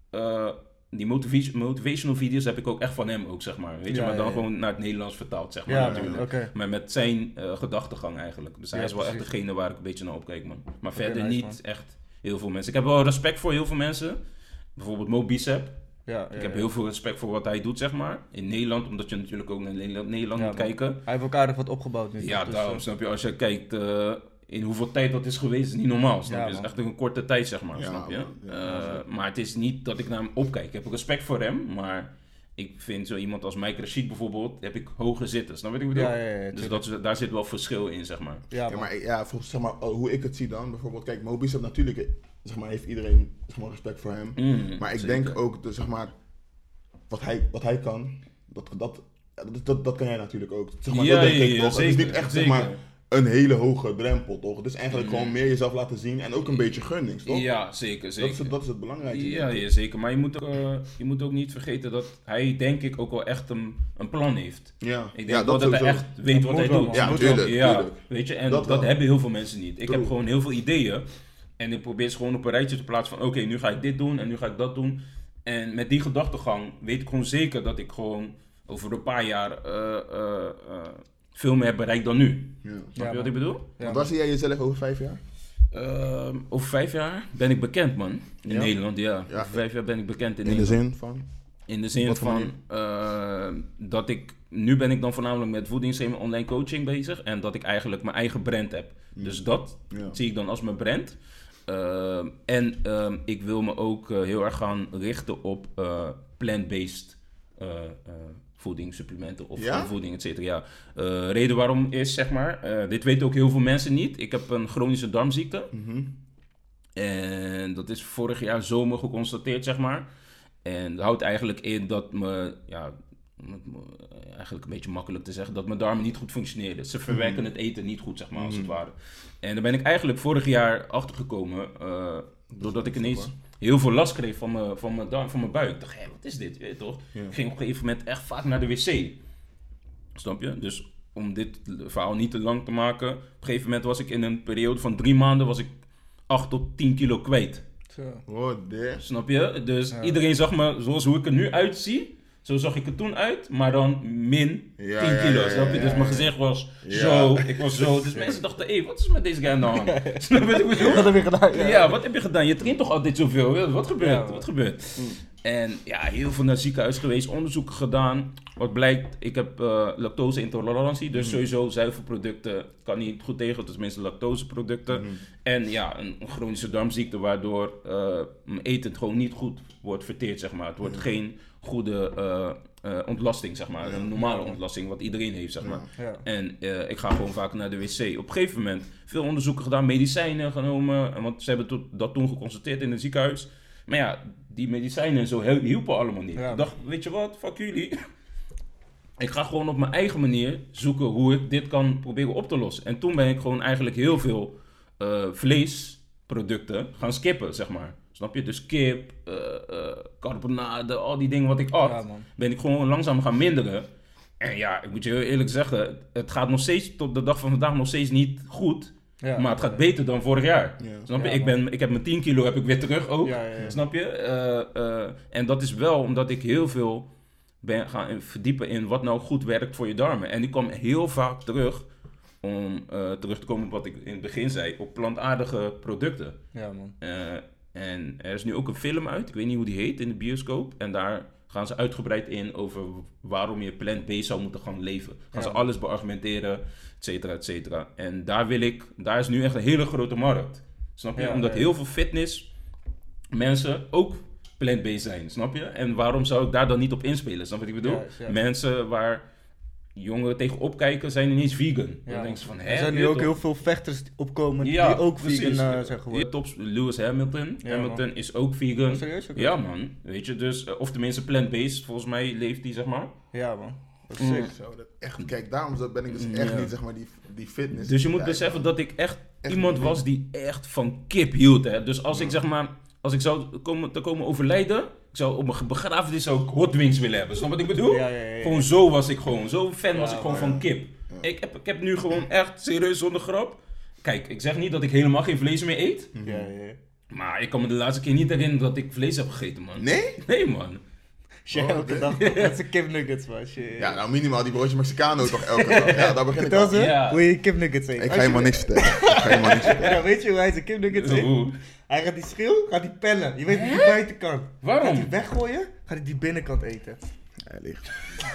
die motivational video's heb ik ook echt van hem ook, zeg maar. Weet je, maar dan gewoon naar het Nederlands vertaald, zeg maar, natuurlijk. Okay. Maar met zijn gedachtegang eigenlijk. Dus hij is wel echt degene waar ik een beetje naar opkijk, man. Maar verder niet echt heel veel mensen. Ik heb wel respect voor heel veel mensen. Bijvoorbeeld Mo Bicep. Ik heb heel veel respect voor wat hij doet, zeg maar. In Nederland, omdat je natuurlijk ook naar Nederland moet kijken. Hij heeft ook aardig wat opgebouwd nu. Ja, daarom snap je. Als je kijkt in hoeveel tijd dat is geweest, is niet normaal. Snap je? Het is echt een korte tijd, zeg maar. Snap je? Maar het is niet dat ik naar hem opkijk. Ik heb respect voor hem, maar ik vind zo iemand als Mike Rashid bijvoorbeeld, heb ik hoger zitten. Snap je wat ik bedoel? Dus daar zit wel verschil in, zeg maar. Volgens zeg maar, hoe ik het zie dan, bijvoorbeeld, kijk, Mo Bicep natuurlijk, zeg maar, heeft iedereen zeg maar, respect voor hem. Maar ik denk ook, zeg maar, wat hij kan, dat kan jij natuurlijk ook. Zeg maar, dat denk ik toch. Zeker, het is niet echt, zeg maar, een hele hoge drempel, toch? Het is eigenlijk gewoon meer jezelf laten zien en ook een beetje gunnings, toch? Ja, zeker. Dat is het belangrijkste. Ja, zeker. Maar je moet ook niet vergeten dat hij, denk ik, ook wel echt een plan heeft. Ja. Ik denk dat hij echt weet wat hij doet. Ja, tuurlijk. Weet je, en dat hebben heel veel mensen niet. Ik heb gewoon heel veel ideeën en ik probeer ze gewoon op een rijtje te plaatsen van, oké, nu ga ik dit doen en nu ga ik dat doen. En met die gedachtegang weet ik gewoon zeker dat ik gewoon over een paar jaar veel meer bereikt dan nu. Snap je wat ik bedoel? Waar zie jij jezelf over 5 jaar? Over 5 jaar ben ik bekend, man. In Nederland, over 5 jaar ben ik bekend in Nederland. In de zin van? In de zin van dat ik... Nu ben ik dan voornamelijk met voedingsschema online coaching bezig. En dat ik eigenlijk mijn eigen brand heb. Dus dat zie ik dan als mijn brand. En ik wil me ook heel erg gaan richten op plant-based voedingssupplementen of voeding, et cetera. Reden waarom is, zeg maar, dit weten ook heel veel mensen niet. Ik heb een chronische darmziekte. En dat is vorig jaar zomer geconstateerd, zeg maar. En dat houdt eigenlijk in dat eigenlijk een beetje makkelijk te zeggen, dat mijn darmen niet goed functioneren. Ze verwerken het eten niet goed, zeg maar, als het ware. En daar ben ik eigenlijk vorig jaar achtergekomen, doordat ik ineens heel veel last kreeg van mijn buik. Ik dacht, wat is dit? Weet je toch? Ik ging op een gegeven moment echt vaak naar de wc. Snap je? Dus om dit verhaal niet te lang te maken, op een gegeven moment was ik in een periode van 3 maanden, was ik 8 tot 10 kilo kwijt. Snap je? Dus iedereen zag me zoals hoe ik er nu uitzie. Zo zag ik er toen uit, maar dan min 10 kilo, snap je? Dus mijn gezicht was zo, ik was zo. Dus mensen dachten, wat is met deze guy aan de hand? Snap je wat ik bedoel? Wat heb je gedaan? Ja, wat heb je gedaan? Je traint toch altijd zoveel? Wat gebeurt? Wat gebeurt? En heel veel naar het ziekenhuis geweest, onderzoeken gedaan. Wat blijkt, ik heb lactose-intolerantie, dus sowieso zuivelproducten kan niet goed tegen, tenminste lactoseproducten. En een chronische darmziekte, waardoor mijn eten gewoon niet goed wordt verteerd, zeg maar. Het wordt geen goede ontlasting, zeg maar. Een normale ontlasting, wat iedereen heeft, zeg maar. En ik ga gewoon vaak naar de wc. Op een gegeven moment veel onderzoeken gedaan, medicijnen genomen, want ze hebben dat toen geconstateerd in het ziekenhuis. Maar die medicijnen en zo hielpen allemaal niet. Ik dacht, weet je wat, fuck jullie. Ik ga gewoon op mijn eigen manier zoeken hoe ik dit kan proberen op te lossen. En toen ben ik gewoon eigenlijk heel veel vleesproducten gaan skippen, zeg maar. Snap je? Dus kip, carbonade, al die dingen wat ik at, ben ik gewoon langzaam gaan minderen. En ja, ik moet je heel eerlijk zeggen, het gaat nog steeds, tot de dag van vandaag nog steeds niet goed. Ja, maar het gaat beter dan vorig jaar. Ja. Snap je? Ik heb mijn 10 kilo heb ik weer terug ook. Ja. Snap je? En dat is wel omdat ik heel veel ben gaan verdiepen in wat nou goed werkt voor je darmen. En die kwam heel vaak terug om terug te komen op wat ik in het begin zei, op plantaardige producten. Ja, man. En er is nu ook een film uit, ik weet niet hoe die heet, in de bioscoop. En daar gaan ze uitgebreid in over waarom je plant-based zou moeten gaan leven. Gaan ze alles beargumenteren, et cetera, et cetera. En daar is nu echt een hele grote markt. Snap je? Omdat heel veel fitness mensen ook plant-based zijn, snap je? En waarom zou ik daar dan niet op inspelen? Snap je wat ik bedoel? Ja. Mensen waar jongeren tegenop kijken zijn ineens vegan. Dan denken ze van, er zijn nu ook heel veel vechters opkomen die ook vegan zijn geworden. Tops, Lewis Hamilton. Hamilton is ook vegan. Oh, serieus? Okay. Ja, man. Weet je, dus, of tenminste plant-based, volgens mij leeft hij, zeg maar. Ja, man. Dat is sick. Zo, dat echt, kijk, daarom ben ik dus echt niet, zeg maar, die fitness. Dus je moet beseffen dat ik echt iemand was die echt van kip hield, hè. Dus als ik, zeg maar, als ik zou komen overlijden, ik zou op mijn begrafenis zou ik Hot Wings willen hebben. Snap wat ik bedoel? Ja. Gewoon zo was ik gewoon. Zo fan was ik gewoon van kip. Ja. Ik heb nu gewoon echt, serieus zonder grap. Kijk, ik zeg niet dat ik helemaal geen vlees meer eet. Ja. Maar ik kan me de laatste keer niet herinneren dat ik vlees heb gegeten, man. Nee? Nee, man. Elke dag dat ze kipnuggets was. Ja, nou minimaal die broodje Mexicano toch elke dag. Ja, daar begin ik al. Hoe je kipnuggets eet. Ik ga je maar niks vertellen. Ja, weet je hoe hij zijn kipnuggets eet? Hij gaat die schil, gaat die pellen. Je weet niet die buitenkant. Waarom? Gaat hij weggooien, gaat hij die binnenkant eten. Hij ligt.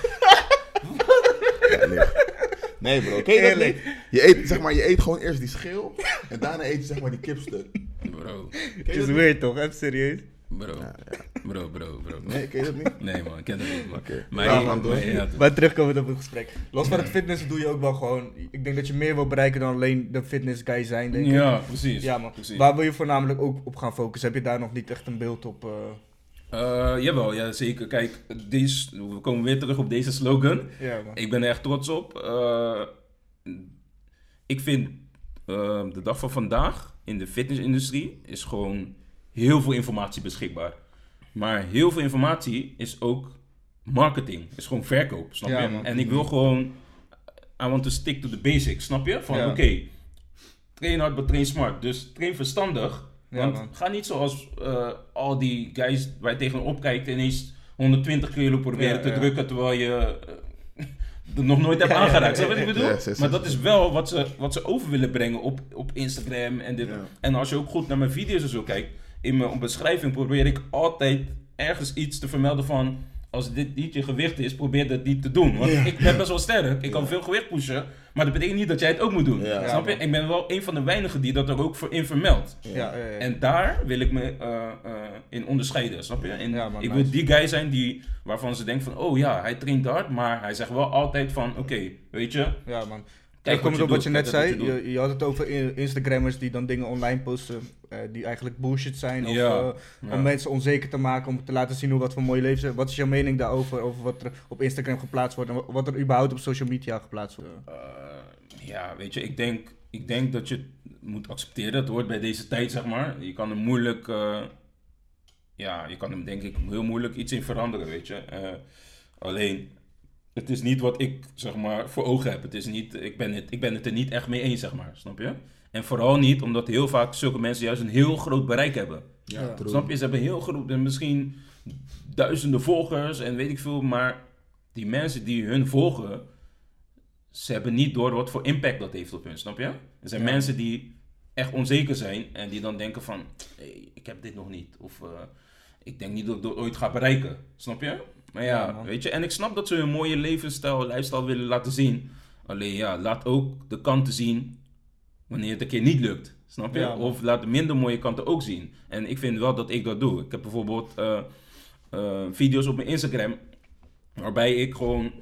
Nee bro, ken je dat niet? Je eet gewoon eerst die schil en daarna eet je zeg maar die kipstuk. Bro. Het is weird toch, even serieus? Bro. Nee, ken je dat niet? Nee man, ik ken dat niet man. Okay. Maar terugkomend op het gesprek. Los van het fitnessen doe je ook wel gewoon, ik denk dat je meer wil bereiken dan alleen de fitness guy zijn, denk ik. Ja, precies. Ja man, precies. Waar wil je voornamelijk ook op gaan focussen? Heb je daar nog niet echt een beeld op? Jawel, ja zeker. Kijk, we komen weer terug op deze slogan. Ja, man. Ik ben er echt trots op. Ik vind de dag van vandaag in de fitnessindustrie is gewoon heel veel informatie beschikbaar. Maar heel veel informatie is ook marketing. Is gewoon verkoop, snap je? En ik wil gewoon, I want to stick to the basics, snap je? Van oké, train hard, but train smart. Dus train verstandig. Want ga niet zoals al die guys waar je tegenop kijkt ineens 120 kilo proberen te drukken terwijl je nog nooit hebt aangeraakt. Snap je wat ik bedoel? Maar dat is wel wat ze over willen brengen op Instagram en dit. Ja. En als je ook goed naar mijn video's en zo kijkt, in mijn beschrijving probeer ik altijd ergens iets te vermelden van, als dit niet je gewicht is, probeer dat niet te doen. Want ik ben best wel sterk, ik kan veel gewicht pushen, maar dat betekent niet dat jij het ook moet doen. Ja. Snap je? Ik ben wel een van de weinigen die dat er ook voor in vermeldt. Ja. En daar wil ik me in onderscheiden, snap je? En ik wil die guy zijn waarvan ze denken van, oh ja, hij traint hard, maar hij zegt wel altijd van, oké, weet je? Ja man. Kijk, kom op wat je net zei, je had het over Instagrammers die dan dingen online posten die eigenlijk bullshit zijn. Om mensen onzeker te maken, om te laten zien wat voor mooie leven ze hebben. Wat is jouw mening daarover, over wat er op Instagram geplaatst wordt en wat er überhaupt op social media geplaatst wordt? Ja, weet je, ik denk dat je het moet accepteren. Het hoort bij deze tijd, zeg maar. Je kan er moeilijk, je kan hem denk ik heel moeilijk iets in veranderen, weet je. Alleen, het is niet wat ik, zeg maar, voor ogen heb. Het is niet, ik ben het er niet echt mee eens, zeg maar. Snap je? En vooral niet omdat heel vaak zulke mensen juist een heel groot bereik hebben. Ja, snap je? Ze hebben heel groot, misschien duizenden volgers en weet ik veel. Maar die mensen die hun volgen, ze hebben niet door wat voor impact dat heeft op hun. Snap je? Er zijn mensen die echt onzeker zijn en die dan denken van, hey, ik heb dit nog niet. Of ik denk niet dat ik dat ooit ga bereiken. Snap je? Maar ja, weet je, en ik snap dat ze hun mooie lifestyle willen laten zien. Alleen laat ook de kanten zien wanneer het een keer niet lukt. Snap je? Of laat de minder mooie kanten ook zien. En ik vind wel dat ik dat doe. Ik heb bijvoorbeeld video's op mijn Instagram waarbij ik gewoon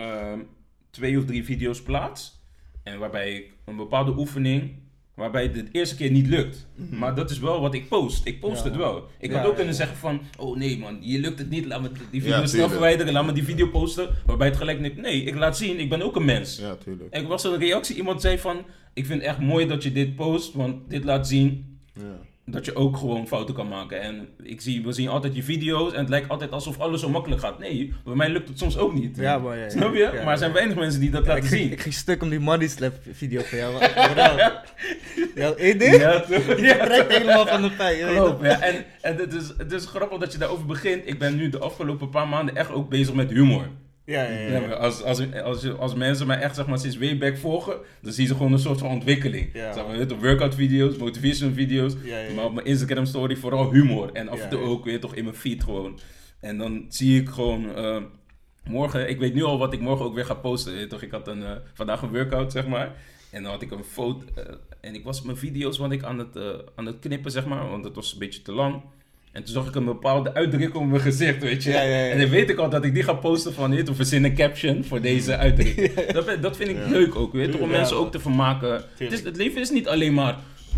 2 of 3 video's plaats. En waarbij ik een bepaalde oefening, waarbij het de eerste keer niet lukt. Mm-hmm. Maar dat is wel wat ik post. Ik post het wel. Ik had ook kunnen zeggen van, oh nee man, hier lukt het niet. Laat me die video snel verwijderen. Laat me die video posten. Waarbij het gelijk niet. Nee, ik laat zien, ik ben ook een mens. Ja, tuurlijk. En er was een reactie, iemand zei van, ik vind het echt mooi dat je dit post, want dit laat zien dat je ook gewoon fouten kan maken. En we zien altijd je video's en het lijkt altijd alsof alles zo makkelijk gaat. Nee, bij mij lukt het soms ook niet. Ja, maar ja. Snap je? Maar er zijn weinig mensen die dat laten zien. Ik ging stuk om die money slap video van jou. Ja, dit? Ja, toch? Je trekt helemaal van de pijn. Klopt, ja. En het is grappig dat je daarover begint. Ik ben nu de afgelopen paar maanden echt ook bezig met humor. Ja. Maar als mensen mij echt zeg maar sinds way back volgen, dan zien ze gewoon een soort van ontwikkeling. Ja. Zeg maar, op workout video's, motivation video's, maar op mijn Instagram story vooral humor. En af en toe ook weer toch in mijn feed gewoon. En dan zie ik gewoon morgen, ik weet nu al wat ik morgen ook weer ga posten. Toch? Ik had vandaag een workout zeg maar. En dan had ik een foto en ik was mijn video's wat ik aan het knippen zeg maar, want het was een beetje te lang. En toen zag ik een bepaalde uitdrukking op mijn gezicht, weet je. Ja. En dan weet ik al dat ik die ga posten van dit, of verzin een caption voor deze uitdrukking. Dat vind ik leuk ook, weet je, om mensen ook te vermaken. Het leven is niet alleen maar...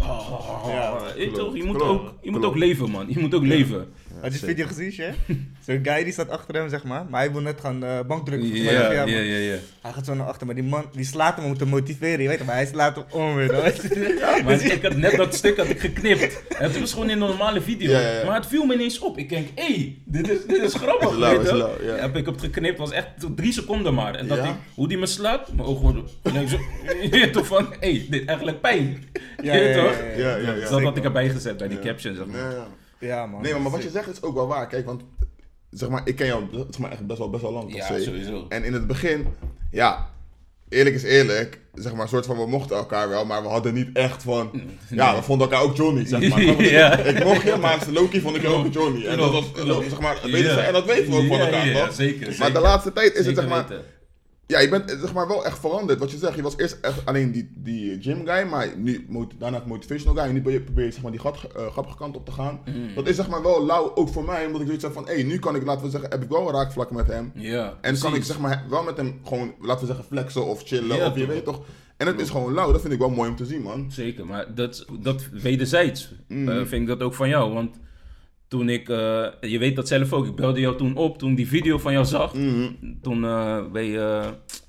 Je moet ook leven, man. Je moet ook leven. Had je die video gezien, hè? Zo'n guy die staat achter hem, zeg maar hij wil net gaan bankdrukken. Ja. Hij gaat zo naar achter, maar die man die slaat hem om te motiveren, je weet het, maar hij slaat hem om weer. Maar ik had net dat stuk geknipt. En het was gewoon een normale video. Ja. Maar het viel me ineens op. Ik denk, dit is grappig. Heb ik op het geknipt, was echt 3 seconden maar. En hoe die me slaat, mijn ogen worden... toch van, dit is eigenlijk pijn. Toch? Dat had ik erbij gezet bij die caption, zeg maar. Ja, man. Nee, maar wat je zegt is ook wel waar. Kijk, want zeg maar, ik ken jou zeg maar, echt best wel lang. Ja, sowieso. En in het begin, eerlijk is eerlijk, zeg maar, soort van, we mochten elkaar wel, maar we hadden niet echt van, we vonden elkaar ook Johnny, zeg maar. Ik mocht je, maar Loki vond ik ook Johnny. En dat was, zeg maar, en dat weten we ook van elkaar, toch? Ja, zeker. Maar de laatste tijd is het, zeg maar... Ja, je bent zeg maar wel echt veranderd. Wat je zegt, je was eerst echt alleen die gym guy, maar nu daarna motivational guy. En nu probeer je zeg maar die grappige kant op te gaan. Dat is zeg maar wel lauw, ook voor mij, omdat ik zoiets heb van, nu kan ik, laten we zeggen, heb ik wel raakvlakken met hem. Ja, en kan ik zeg maar wel met hem gewoon, laten we zeggen, flexen of chillen, of je weet toch. En het is gewoon lauw, dat vind ik wel mooi om te zien, man. Zeker, maar dat wederzijds vind ik dat ook van jou, want... Toen je weet dat zelf ook, ik belde jou toen op, toen die video van jou zag. Toen ben je...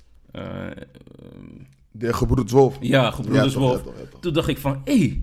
de Gebroeders Wolf. Ja, Gebroeders Wolf. Toen dacht ik van,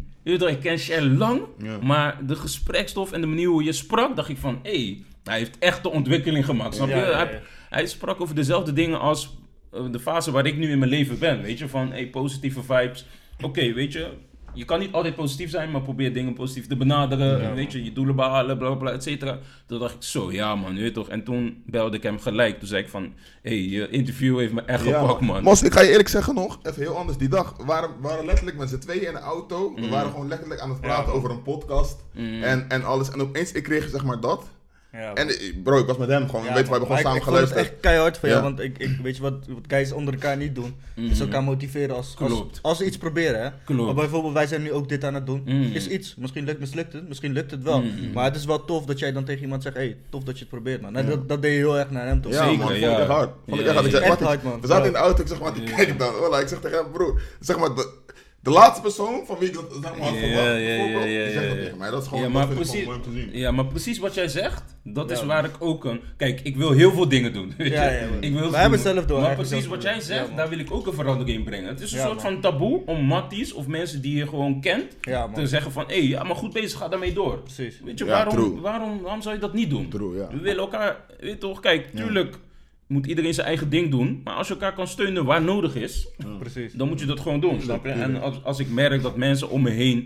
ik ken Shell lang, maar de gesprekstof en de manier hoe je sprak, dacht ik van, hij heeft echt de ontwikkeling gemaakt, snap je? Hij sprak over dezelfde dingen als de fase waar ik nu in mijn leven ben, weet je? Van, positieve vibes. Oké, weet je... Je kan niet altijd positief zijn, maar probeer dingen positief te benaderen. Weet je doelen behalen, bla bla, et cetera. Toen dacht ik zo, man, weet je toch. En toen belde ik hem gelijk. Toen zei ik van, je interview heeft me echt gepakt, man. Mos, ik ga je eerlijk zeggen nog, even heel anders. Die dag waren letterlijk met z'n tweeën in de auto. We waren gewoon letterlijk aan het praten over een podcast. En alles. En opeens, ik kreeg zeg maar dat. Ja, en bro, ik was met hem gewoon, weet je, we hebben gewoon samen geluisterd. Ik vond het echt keihard van jou, want ik weet je wat guys onder elkaar niet doen, is elkaar motiveren als ze iets proberen, hè. Klopt. Maar bijvoorbeeld, wij zijn nu ook dit aan het doen, is iets, misschien lukt het wel, maar het is wel tof dat jij dan tegen iemand zegt, tof dat je het probeert, man. En dat deed je heel erg naar hem, toch? Ja, zeker, man, vond ik echt hard. Echt hard, man. We zaten in de auto, ik zeg maar, kijk dan, ik zeg tegen hem, broer, zeg maar, de laatste persoon van wie ik dat zeg maar had verwacht, die zegt dat tegen mij. Dat is gewoon, dat vind ik gewoon mooi om te zien. Ja, maar precies wat jij zegt, dat is waar ik ook kijk, ik wil heel veel dingen doen. Weet je? Wij hebben zelf door. Maar precies wat jij zegt, daar wil ik ook een verandering in brengen. Het is een soort van taboe om matties of mensen die je gewoon kent, te zeggen van, maar goed bezig, ga daarmee door. Precies. Weet je, waarom zou je dat niet doen? We willen elkaar, weet je toch, kijk, tuurlijk... moet iedereen zijn eigen ding doen. Maar als je elkaar kan steunen waar nodig is, dan moet je dat gewoon doen. Snap je? En als ik merk dat mensen om me heen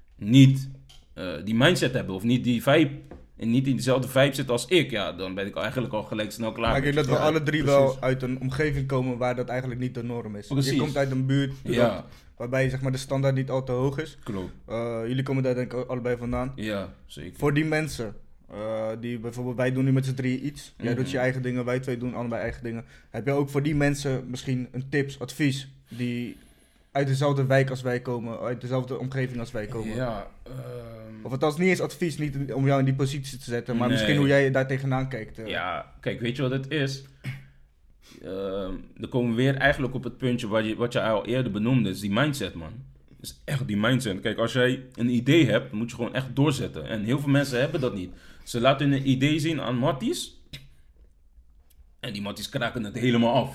niet die mindset hebben of niet die vibe en niet in dezelfde vibe zitten als ik, dan ben ik eigenlijk al gelijk snel klaar. Maar ik denk dat we alle drie wel uit een omgeving komen waar dat eigenlijk niet de norm is. Je komt uit een buurt waarbij zeg maar, de standaard niet al te hoog is. Klopt. Jullie komen daar denk ik allebei vandaan. Ja, zeker. Voor die mensen... die bijvoorbeeld, wij doen nu met z'n drieën iets. Jij doet je eigen dingen, wij twee doen allebei eigen dingen. Heb je ook voor die mensen misschien een tips, advies, die uit dezelfde wijk als wij komen, uit dezelfde omgeving als wij komen? Ja. Of althans niet eens advies, niet om jou in die positie te zetten, maar misschien hoe jij daar tegenaan kijkt. Ja, kijk, weet je wat het is? Dan komen we weer eigenlijk op het puntje wat je al eerder benoemde, is die mindset, man. is echt die mindset. Kijk, als jij een idee hebt, moet je gewoon echt doorzetten. En heel veel mensen hebben dat niet. Ze laten hun idee zien aan matties. En die matties kraken het helemaal af.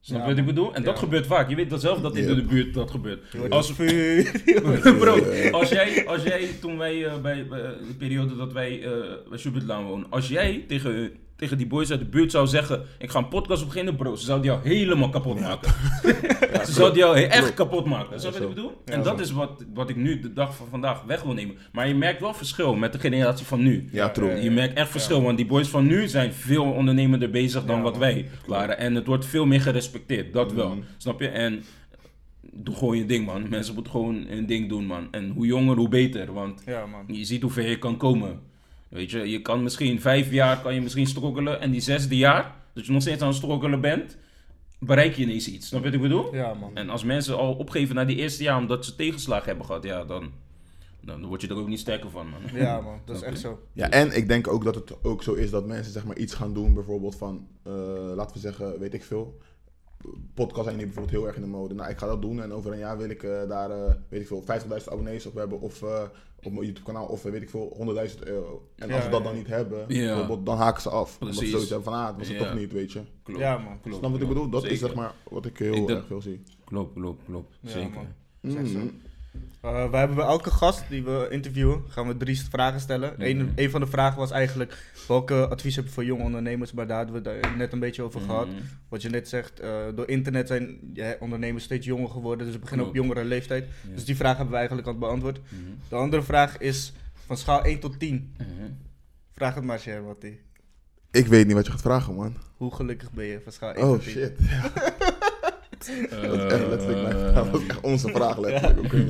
Snap je wat ik bedoel? En dat gebeurt vaak. Je weet dat zelf dat in de buurt dat gebeurt. Bro, als jij toen wij bij de periode dat wij bij Supertlaan woonden, als jij tegen die boys uit de buurt zou zeggen, ik ga een podcast beginnen, bro, ze zouden jou helemaal kapot maken. Ze zouden jou echt kapot maken. Snap je wat ik bedoel? En dat is wat ik nu de dag van vandaag weg wil nemen. Maar je merkt wel verschil met de generatie van nu. Ja, true. Je merkt echt verschil, want die boys van nu zijn veel ondernemender bezig dan wat wij waren. En het wordt veel meer gerespecteerd, dat wel. Snap je? En doe gewoon je ding, man. Mensen moeten gewoon hun ding doen, man. En hoe jonger, hoe beter, want je ziet hoe ver je kan komen. Weet je kan misschien 5 jaar kan je misschien strokkelen en die 6e jaar, dat je nog steeds aan het strokkelen bent, bereik je ineens iets. Snap je wat ik bedoel? Ja, man. En als mensen al opgeven na die eerste jaar omdat ze tegenslagen hebben gehad, ja, dan word je er ook niet sterker van, man. Ja, man. Dat is echt zo. Ja, en ik denk ook dat het ook zo is dat mensen zeg maar iets gaan doen, bijvoorbeeld van, laten we zeggen, weet ik veel, podcasts zijn nu bijvoorbeeld heel erg in de mode. Nou, ik ga dat doen en over een jaar wil ik daar, weet ik veel, 50.000 abonnees op hebben of op mijn YouTube kanaal of weet ik veel, €100.000. En als we dat dan niet hebben, bijvoorbeeld, dan haken ze af. Omdat ze zoiets hebben van, dat was het toch niet, weet je. Klopt. Ja, man. Klopt. Snap wat ik bedoel? Dat Zeker. is zeg maar wat ik heel erg veel zie. Klopt. Ja, Zeker. man. Dat is echt zo. We hebben bij elke gast die we interviewen, gaan we 3 vragen stellen. Een van de vragen was eigenlijk, welke advies heb je voor jonge ondernemers? Maar daar hadden we het net een beetje over gehad. Wat je net zegt, door internet zijn ondernemers steeds jonger geworden, dus we beginnen op jongere leeftijd. Dus die vraag hebben we eigenlijk al beantwoord. De andere vraag is, van schaal 1 tot 10. Vraag het maar, Shermati. Ik weet niet wat je gaat vragen, man. Hoe gelukkig ben je van schaal 1 tot 10? Shit. Dat is echt letterlijk dat is echt onze vraag, letterlijk. Okay.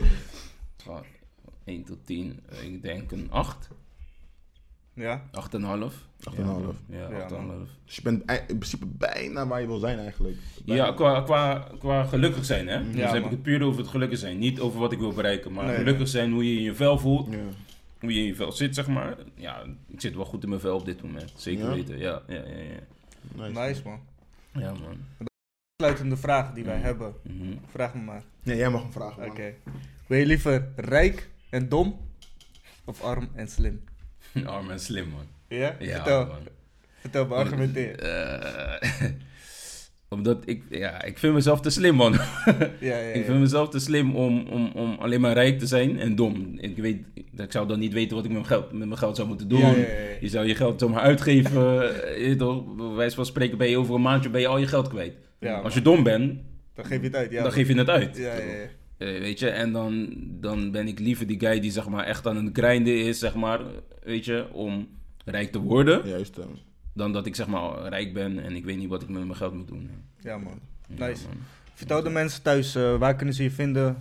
1 tot 10, ik denk een 8. Ja? 8,5. 8,5. Ja, 8,5. Dus je bent in principe bijna waar je wil zijn eigenlijk. Bijna. Ja, qua gelukkig zijn, hè. Dus heb ik het puur over het gelukkig zijn. Niet over wat ik wil bereiken, maar gelukkig zijn, hoe je in je vel voelt. Ja. Hoe je in je vel zit, zeg maar. Ja, ik zit wel goed in mijn vel op dit moment. Zeker weten, ja. Nice, man. Ja, man. Sluitende vraag die wij hebben. Vraag me maar. Nee, jij mag hem vragen, man. Oké. Ben je liever rijk en dom of arm en slim? Arm en slim, man. Ja? Ja, Vertel me, argumenteer. Omdat ik vind mezelf te slim, man. Ik vind mezelf te slim om alleen maar rijk te zijn en dom. Ik zou dan niet weten wat ik met mijn geld zou moeten doen. Je zou je geld zomaar uitgeven. Bij wijze van spreken ben je over een maandje ben je al je geld kwijt. Ja, als je dom bent, dan geef je het uit. Ja, dan geef je het uit. Ja. Weet je, en dan ben ik liever die guy die zeg maar echt aan het grinden is, zeg maar, weet je, om rijk te worden. Juist. Dan dat ik zeg maar rijk ben en ik weet niet wat ik met mijn geld moet doen. Ja, man. Nice. Man. Vertel de mensen thuis, waar kunnen ze je vinden?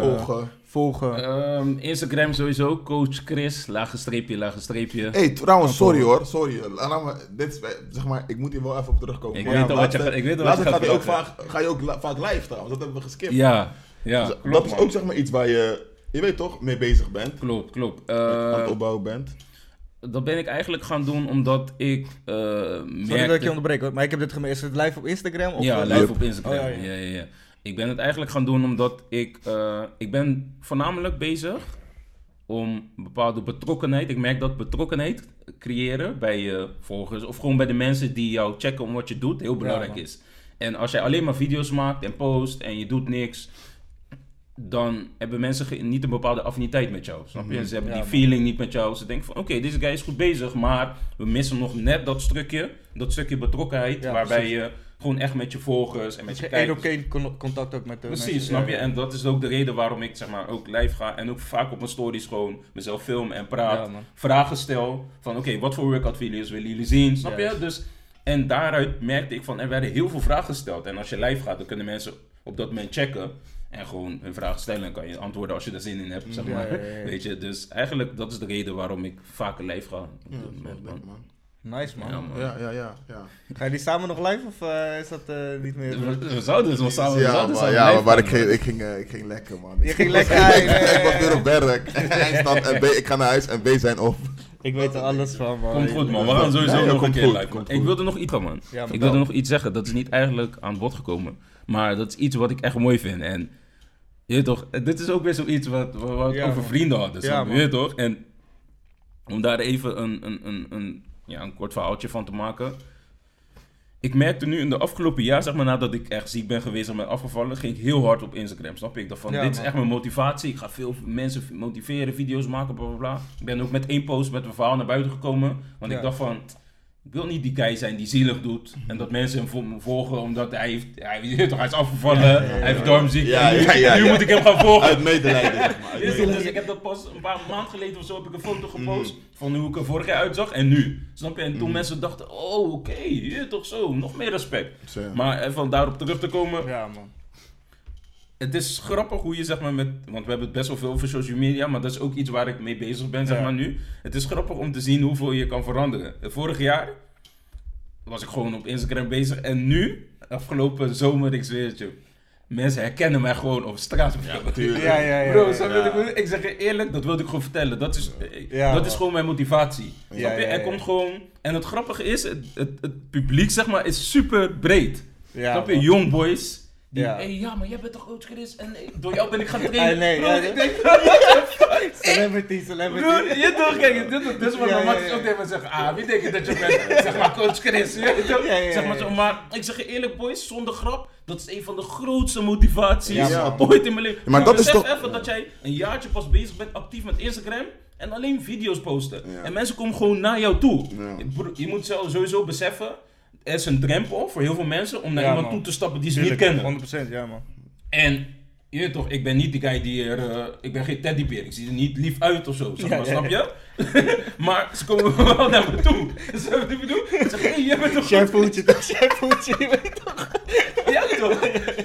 Volgen. Instagram sowieso, Coach Chris, __. Hey, trouwens, sorry hoor. Sorry. Zeg maar, ik moet hier wel even op terugkomen. Ik weet al wat je gaat doen. Ga je ook vaak live trouwens, dat hebben we geskipt. Ja, dus, klopt, dat is ook zeg maar iets waar je weet toch, mee bezig bent. Klopt. Aan het opbouwen bent. Dat ben ik eigenlijk gaan doen omdat ik Sorry dat ik je onderbreek hoor, maar ik heb dit gemist. Is het live op Instagram? Of ja, live op Instagram. Ja. Ik ben het eigenlijk gaan doen omdat ik ben voornamelijk bezig om een bepaalde betrokkenheid. Ik merk dat betrokkenheid creëren bij je volgers of gewoon bij de mensen die jou checken om wat je doet heel belangrijk is. En als jij alleen maar video's maakt en post en je doet niks, dan hebben mensen niet een bepaalde affiniteit met jou, snap je? Ze hebben die feeling niet met jou. Ze denken van, oké, deze guy is goed bezig, maar we missen nog net dat stukje betrokkenheid, waarbij je gewoon echt met je volgers en met je kijkers... één op één contact ook met de mensen. Precies, snap je? En dat is ook de reden waarom ik zeg maar ook live ga en ook vaak op mijn stories gewoon mezelf film en praat, vragen stel van, oké, wat voor workout video's willen jullie zien, snap je? Dus, en daaruit merkte ik van, er werden heel veel vragen gesteld. En als je live gaat, dan kunnen mensen op dat moment checken en gewoon hun vragen stellen en kan je antwoorden als je er zin in hebt, zeg maar. Weet je, dus eigenlijk dat is de reden waarom ik vaker live ga. Man. Nice, man. Ja. Ga je die samen nog live of is dat niet meer? We zouden dus wel samen maar ik ging lekker, man. Je ging lekker? Ik was weer op werk. Eindstand en B, ik ga naar huis en B zijn op. Ik weet er alles van, man. Komt goed, man. We gaan sowieso nog een keer live. Ik wilde nog iets van, man. Ik wilde nog iets zeggen. Dat is niet eigenlijk aan bod gekomen. Maar dat is iets wat ik echt mooi vind. En je weet toch, dit is ook weer zoiets wat we over vrienden hadden. Je weet toch? En om daar even een kort verhaaltje van te maken. ik merkte nu in de afgelopen jaar, zeg maar, nadat ik echt ziek ben geweest en ben afgevallen, ging ik heel hard op Instagram, snap je? Ik dacht van, dit is echt mijn motivatie. Ik ga veel mensen motiveren, video's maken, bla bla bla. Ik ben ook met 1 post met een verhaal naar buiten gekomen. Want ik dacht van, ik wil niet die guy zijn die zielig doet. En dat mensen hem volgen omdat hij is afgevallen. Hij heeft darmziekte. Nu moet ik hem gaan volgen. Uit medelijden, zeg maar. Dus ik heb dat pas een paar maanden geleden of zo heb ik een foto gepost van hoe ik er vorig jaar uitzag en nu. Snap je? En toen mensen dachten, oh oké, toch zo, nog meer respect. Maar even daarop terug te komen. Ja, man. Het is grappig hoe je zeg maar want we hebben het best wel veel over social media, maar dat is ook iets waar ik mee bezig ben zeg maar nu. Het is grappig om te zien hoeveel je kan veranderen. Vorig jaar was ik gewoon op Instagram bezig en nu, afgelopen zomer, ik zweer het je, mensen herkennen mij gewoon op straat. Ja, natuurlijk. Ja. Bro, ik zeg je eerlijk, dat wilde ik gewoon vertellen. Dat is gewoon mijn motivatie. Snap je? Er komt gewoon... En het grappige is, het publiek zeg maar is super breed. Ja, snap je? Young boys. Die, maar jij bent toch Coach Chris? En door jou ben ik gaan trainen. Ik denk... Celebrity. Bro, je toch, kijk, dit is wat mijn matjes ook tegen me zeggen. Wie denk je dat je bent? Zeg maar Coach Chris. Zeg maar zo, maar ik zeg je eerlijk boys, zonder grap, dat is een van de grootste motivaties ooit in mijn leven. Maar dat is toch... even dat jij een jaartje pas bezig bent actief met Instagram en alleen video's posten. Ja. En mensen komen gewoon naar jou toe. Ja. Je moet sowieso beseffen, er is een drempel voor heel veel mensen om naar iemand toe te stappen die ze niet kennen. 100%, ja man. En je weet toch, ik ben niet die guy die ik ben geen teddybeer, ik zie er niet lief uit of zo, zeg maar, snap je? Maar ze komen wel naar me toe. Snap je wat ik bedoel? Ze zeggen, hey, jij bent toch... Shampooetje, je weet toch? Ja toch?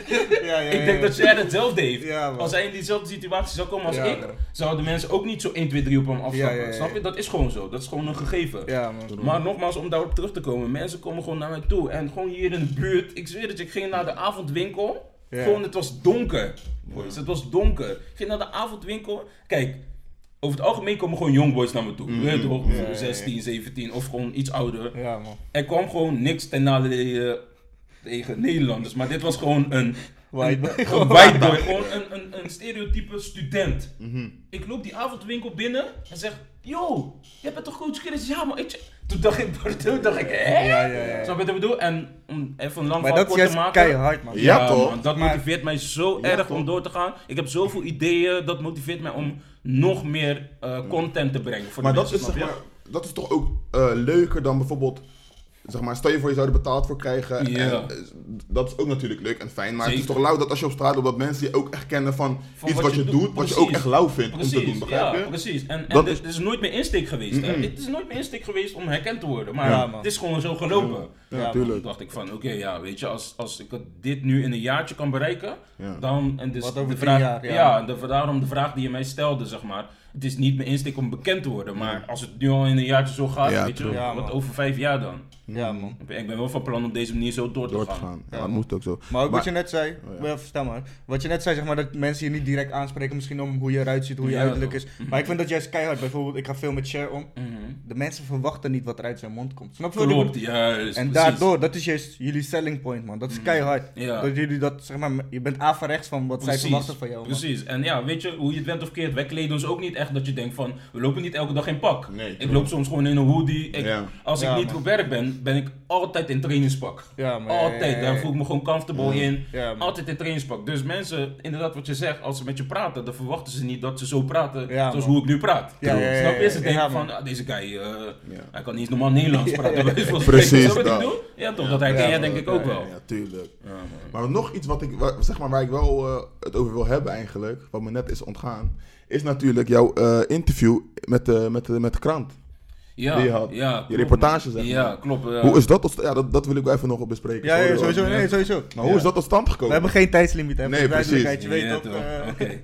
Ik denk dat jij hetzelfde heeft. Ja, als hij in diezelfde situatie zou komen als ik, zouden mensen ook niet zo 1, 2, 3 op hem afstappen. Snap je? Dat is gewoon zo. Dat is gewoon een gegeven. Ja, man. Maar nogmaals, om daarop terug te komen, mensen komen gewoon naar mij toe. En gewoon hier in de buurt, ik zweer dat ik ging naar de avondwinkel. Gewoon, het was donker. Boys. Het was donker. Ik ging naar de avondwinkel. Kijk, over het algemeen komen gewoon jongboys naar me toe. Weet je toch? 16, 17 of gewoon iets ouder. Ja, man. Er kwam gewoon niks ten nadele tegen Nederlanders. Maar dit was gewoon een white boy. Gewoon een stereotype student. Ik loop die avondwinkel binnen en zeg, yo, jij bent toch Coach Chris? Ja, maar toen dacht ik, hè? Ja. Snap je wat ik bedoel? En om even een lang verhaal kort te maken. Keihard, man. Ja, toch? Man, dat motiveert mij zo erg om door te gaan. Ik heb zoveel ideeën, dat motiveert mij om nog meer content te brengen voor maar de mensen. Snap je? Dat is toch ook leuker dan bijvoorbeeld... Zeg maar, stel je voor je zou er betaald voor krijgen. Ja. En, dat is ook natuurlijk leuk en fijn. Maar het is toch lauw dat als je op straat loopt, dat mensen je ook echt kennen van iets wat je doet, wat je ook echt lauw vindt om te doen. Begrijp je? Ja, precies. En dit is nooit mijn insteek geweest. Hè? Het is nooit mijn insteek geweest om herkend te worden. Maar het is gewoon zo gelopen. Ja, natuurlijk. Toen dacht ik van, oké, weet je, als ik dit nu in een jaartje kan bereiken, dan... En dus wat over de vraag, 10 jaar, daarom de vraag die je mij stelde, zeg maar. Het is niet mijn insteek om bekend te worden, maar als het nu al in een jaartje zo gaat, weet je, wat over 5 jaar dan? Ja, man. Ik ben wel van plan om op deze manier zo door te gaan. Ja, dat moet ook zo. Maar ook wat je net zei, vertel maar. Wat je net zei, zeg maar, dat mensen je niet direct aanspreken, misschien om hoe je eruit ziet, hoe je uiterlijk is. Maar ik vind dat juist keihard. Bijvoorbeeld, ik ga veel met Cher om. De mensen verwachten niet wat er uit zijn mond komt. Snap je wat ik bedoel? Klopt, juist. En daardoor, dat is juist jullie selling point, man. Dat is keihard. Dat jullie dat, zeg maar, je bent averechts van wat zij verwachten van jou, man. Precies. En ja, weet je, hoe je het bent of keert, wij kleden ons ook niet echt dat je denkt van, we lopen niet elke dag in pak. Nee, ik loop soms gewoon in een hoodie. Als ik niet op werk ben ik altijd in trainingspak. Altijd. Daar voel ik me gewoon comfortable in. Altijd in trainingspak. Dus mensen, inderdaad wat je zegt, als ze met je praten, dan verwachten ze niet dat ze zo praten zoals hoe ik nu praat. Snap je? Ze denken van, deze guy, hij kan niet eens normaal Nederlands praten. Precies. Snap je wat ik bedoel? Ja toch, dat herken jij denk ik ook wel. Ja, tuurlijk. Maar nog iets waar ik wel het over wil hebben eigenlijk, wat me net is ontgaan, is natuurlijk jouw interview met de krant. Ja, die je had. Je reportage, zeg maar. Ja, klopt. Hoe is dat dat wil ik wel even nog bespreken. Ja, sowieso. Maar hoe is dat tot stand gekomen? We hebben geen tijdslimiet, hè? Nee, precies. Je weet toch. Oké.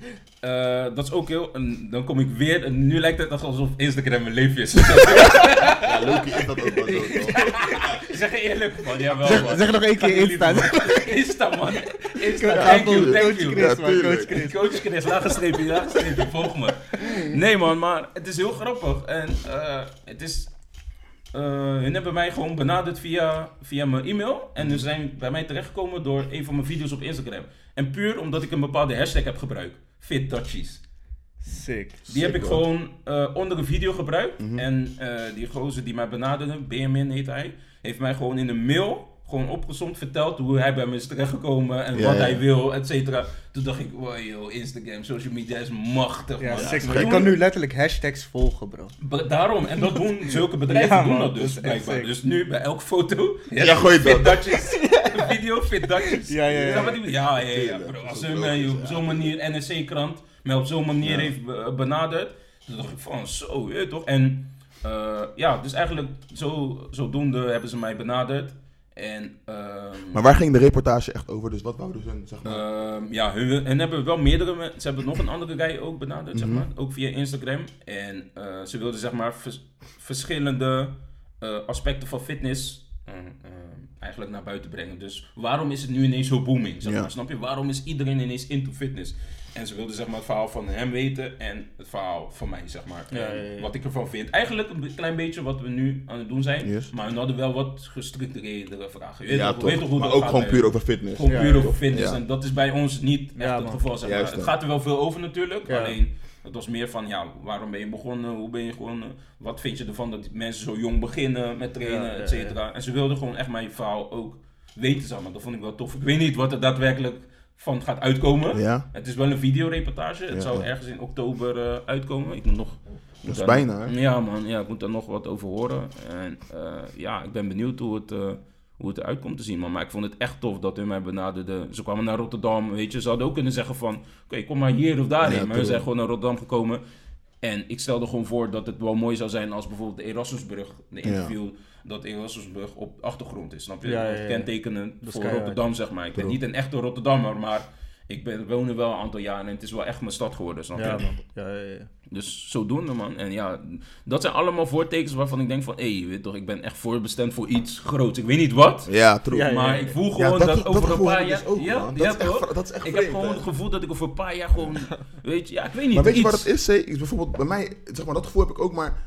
Dat is ook heel... Dan kom ik weer... En nu lijkt het alsof Instagram mijn leefje is. Ja, Loki is dat ook wel zo. Zeg eerlijk, man. Jawel, zeg nog één keer Insta. Insta, man. Thank you. Coach Chris, laag streepje, volg me. Nee, man, maar het is heel grappig. En het is... hun hebben mij gewoon benaderd via mijn e-mail. En ze zijn bij mij terechtgekomen door een van mijn video's op Instagram. En puur omdat ik een bepaalde hashtag heb gebruikt. Fit Touchies. Sick. Die heb ik gewoon onder een video gebruikt. En die gozer die mij benaderde, Benjamin heet hij, heeft mij gewoon in een mail gewoon opgezomd verteld hoe hij bij me is terechtgekomen en wat hij wil, et cetera. Toen dacht ik, wow, yo, Instagram, social media is machtig, man. Je kan nu letterlijk hashtags volgen, bro. Daarom, en dat doen zulke bedrijven doen dat dus, blijkbaar. Dus nu, bij elke foto, gooi je fit datjes, video, fit datjes. Ja, bro. Als ze mij op zo'n manier, NSC-krant, mij op zo'n manier heeft benaderd, toen dacht ik van, zo, je weet toch? En dus eigenlijk, zodoende hebben ze mij benaderd. En, maar waar ging de reportage echt over? Dus wat wouden ze, zeg maar? hun hebben wel meerdere... Ze hebben nog een andere guy ook benaderd, zeg maar. Ook via Instagram. En ze wilden, zeg maar, verschillende aspecten van fitness eigenlijk naar buiten brengen. Dus waarom is het nu ineens zo booming, zeg maar? Snap je? Waarom is iedereen ineens into fitness? En ze wilden, zeg maar, het verhaal van hem weten en het verhaal van mij, zeg maar. Wat ik ervan vind. Eigenlijk een klein beetje wat we nu aan het doen zijn. Maar we hadden wel wat gestructureerdere vragen. Je weet toch hoe maar dat ook gaat, gewoon puur over fitness. Gewoon puur over fitness. En dat is bij ons niet echt het geval, zeg maar. Het gaat er wel veel over natuurlijk. Alleen, het was meer van, waarom ben je begonnen? Hoe ben je gewoon... wat vind je ervan dat mensen zo jong beginnen met trainen, et cetera. En ze wilden gewoon echt mijn verhaal ook weten, zeg maar. Dat vond ik wel tof. Ik weet niet wat er daadwerkelijk van gaat uitkomen. Het is wel een videoreportage. Het zou ergens in oktober uitkomen. Ik moet nog... Dat is bijna, hè? Ja, man. Ja, ik moet daar nog wat over horen. En ik ben benieuwd hoe het eruit komt te zien, man. Maar ik vond het echt tof dat hun mij benaderden. Ze kwamen naar Rotterdam, weet je. Ze hadden ook kunnen zeggen van, oké, kom maar hier of daarheen. Maar we zijn gewoon naar Rotterdam gekomen. En ik stelde gewoon voor dat het wel mooi zou zijn als bijvoorbeeld de Erasmusbrug, de interview, dat Erasmusbrug op de achtergrond is, snap je? Kentekenen voor Rotterdam, zeg maar. Ik ben niet een echte Rotterdammer, maar ik woon er wel een aantal jaren en het is wel echt mijn stad geworden, snap je? Ja, man. Ja. Dus zodoende, man. En dat zijn allemaal voortekens waarvan ik denk van, je weet toch, ik ben echt voorbestemd voor iets groots. Ik weet niet wat, maar ik voel gewoon dat over een paar jaar... Dat is echt ik heb gewoon het gevoel dat ik over een paar jaar gewoon, weet je, ik weet niet. Maar weet je wat het is, is bijvoorbeeld bij mij, zeg maar, dat gevoel heb ik ook maar...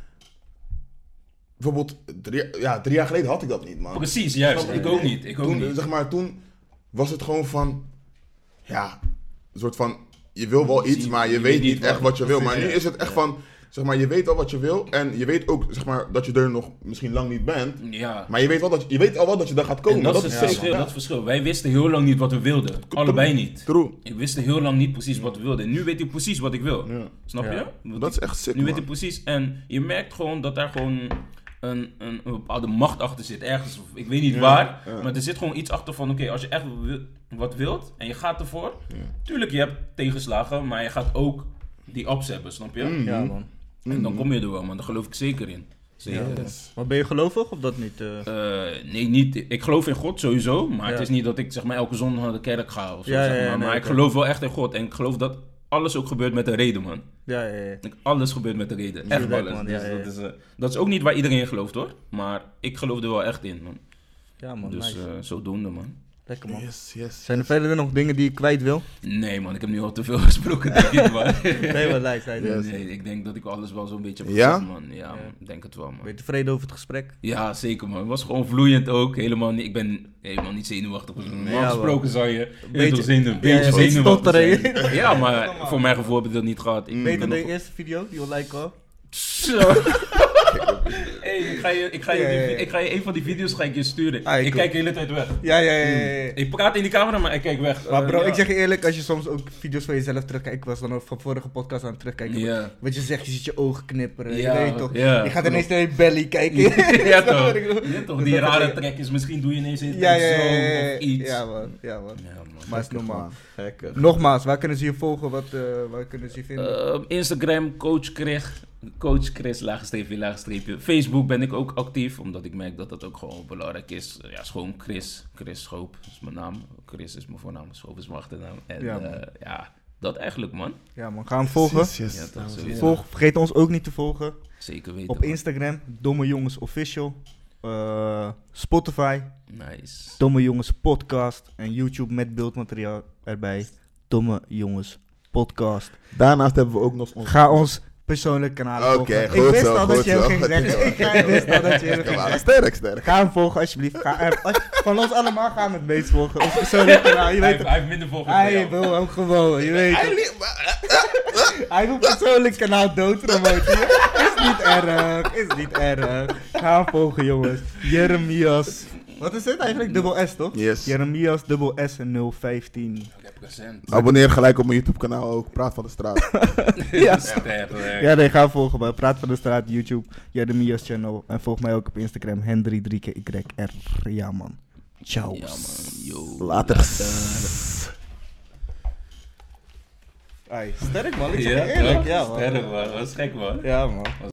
Bijvoorbeeld 3 jaar geleden had ik dat niet, man. Precies, juist. Ik ook niet. Zeg maar, toen was het gewoon van... Ja, een soort van... Je wil wel iets, maar je weet niet echt wat je wil. Maar nu is het echt van... Zeg maar, je weet wel wat je wil. En je weet ook, zeg maar, dat je er nog misschien lang niet bent. Ja. Maar je weet al wel dat je daar gaat komen. En dat is het verschil. Wij wisten heel lang niet wat we wilden. Allebei niet. True. Ik wist heel lang niet precies wat we wilden. En nu weet ik precies wat ik wil. Ja. Snap je? Dat is echt sick, nu weet ik precies. En je merkt gewoon dat daar gewoon... Een bepaalde macht achter zit, ergens, ik weet niet waar, maar er zit gewoon iets achter van, oké, als je echt wat wilt en je gaat ervoor, tuurlijk, je hebt tegenslagen, maar je gaat ook die ups hebben, snap je? Ja, man. En dan kom je er wel, man, daar geloof ik zeker in. Zeker. Ja. Maar ben je gelovig of dat niet? Nee, niet. Ik geloof in God sowieso, maar het is niet dat ik, zeg maar, elke zondag naar de kerk ga of zo, zeg maar. Maar ik geloof wel echt in God en ik geloof dat alles ook gebeurt met een reden, man. Ja. Alles gebeurt met een reden. Echt alles. Man, dus dat is ook niet waar iedereen in gelooft, hoor. Maar ik geloof er wel echt in, man. Ja, man. Dus nice. Zodoende, man. Lekker, man. Yes. Zijn er verder nog dingen die je kwijt wil? Nee, man. Ik heb nu al te veel gesproken, denk ik, man. Nee, wat lijkt hij. Nee, ik denk dat ik alles wel zo'n beetje heb gezegd, man. Ja, man. Ik denk het wel, man. Ben je tevreden over het gesprek? Ja, zeker, man. Het was gewoon vloeiend ook. Helemaal niet, ik ben helemaal niet zenuwachtig. Normaal gesproken zou je beetje zenuwachtig zijn. Ja, maar voor mijn gevoel heb ik dat niet gehad. Beter dan de eerste video, die online kwam? Zo. Ik ga je een van die video's je sturen. Ik kijk de hele tijd weg. Ja. Ik praat in die camera, maar ik kijk weg. Maar bro, ik zeg je eerlijk, als je soms ook video's van jezelf terugkijkt, ik was dan ook van vorige podcast aan het terugkijken. Wat je zegt, je ziet je ogen knipperen. Je weet toch? Je gaat ineens naar je belly kijken. Ja toch, die rare trekjes. Misschien doe je ineens zo of iets. Ja man. Maar het is normaal. Nogmaals, waar kunnen ze je volgen? Waar kunnen ze je vinden? Instagram, Coach Chris, laagstreepje. Facebook ben ik ook actief, omdat ik merk dat dat ook gewoon belangrijk is. Ja, is gewoon Chris Schoop is mijn naam. Chris is mijn voornaam, Schoop is mijn achternaam. En dat eigenlijk, man. Ja, man. Ga hem volgen. Yes. Vergeet ons ook niet te volgen. Zeker weten. Op Instagram, Domme Jongens Official. Spotify. Nice. Domme Jongens Podcast. En YouTube met beeldmateriaal erbij. Domme Jongens Podcast. Daarnaast hebben we ook nog ons persoonlijk kanaal volgen. Ik wist al dat je hem ging zeggen. Ik wist al dat je hem ging zeggen. Sterk. Ga hem volgen alsjeblieft. Van ons allemaal gaan we het meest volgen. Ons persoonlijk kanaal. Je weet hij heeft minder volgers. Hij wil hem gewoon. Je weet hij wil persoonlijk kanaal doodpromoten. Is niet erg. Ga hem volgen, jongens. Jeremias. Wat is dit eigenlijk? Dubbel S, toch? Yes. Jeremias, dubbel S en 015. Abonneer gelijk op mijn YouTube kanaal ook. Praat van de straat. Ja. Ja, nee, ga volgen bij Praat van de Straat, YouTube, Jeremias channel. En volg mij ook op Instagram, Hendry3KYR. Ja, man. Ciao. Ja, man. Yo. Later. Sterk, man. Ik zeg je eerlijk. Ja, man. Sterk, man. Dat was gek, man. Ja, man.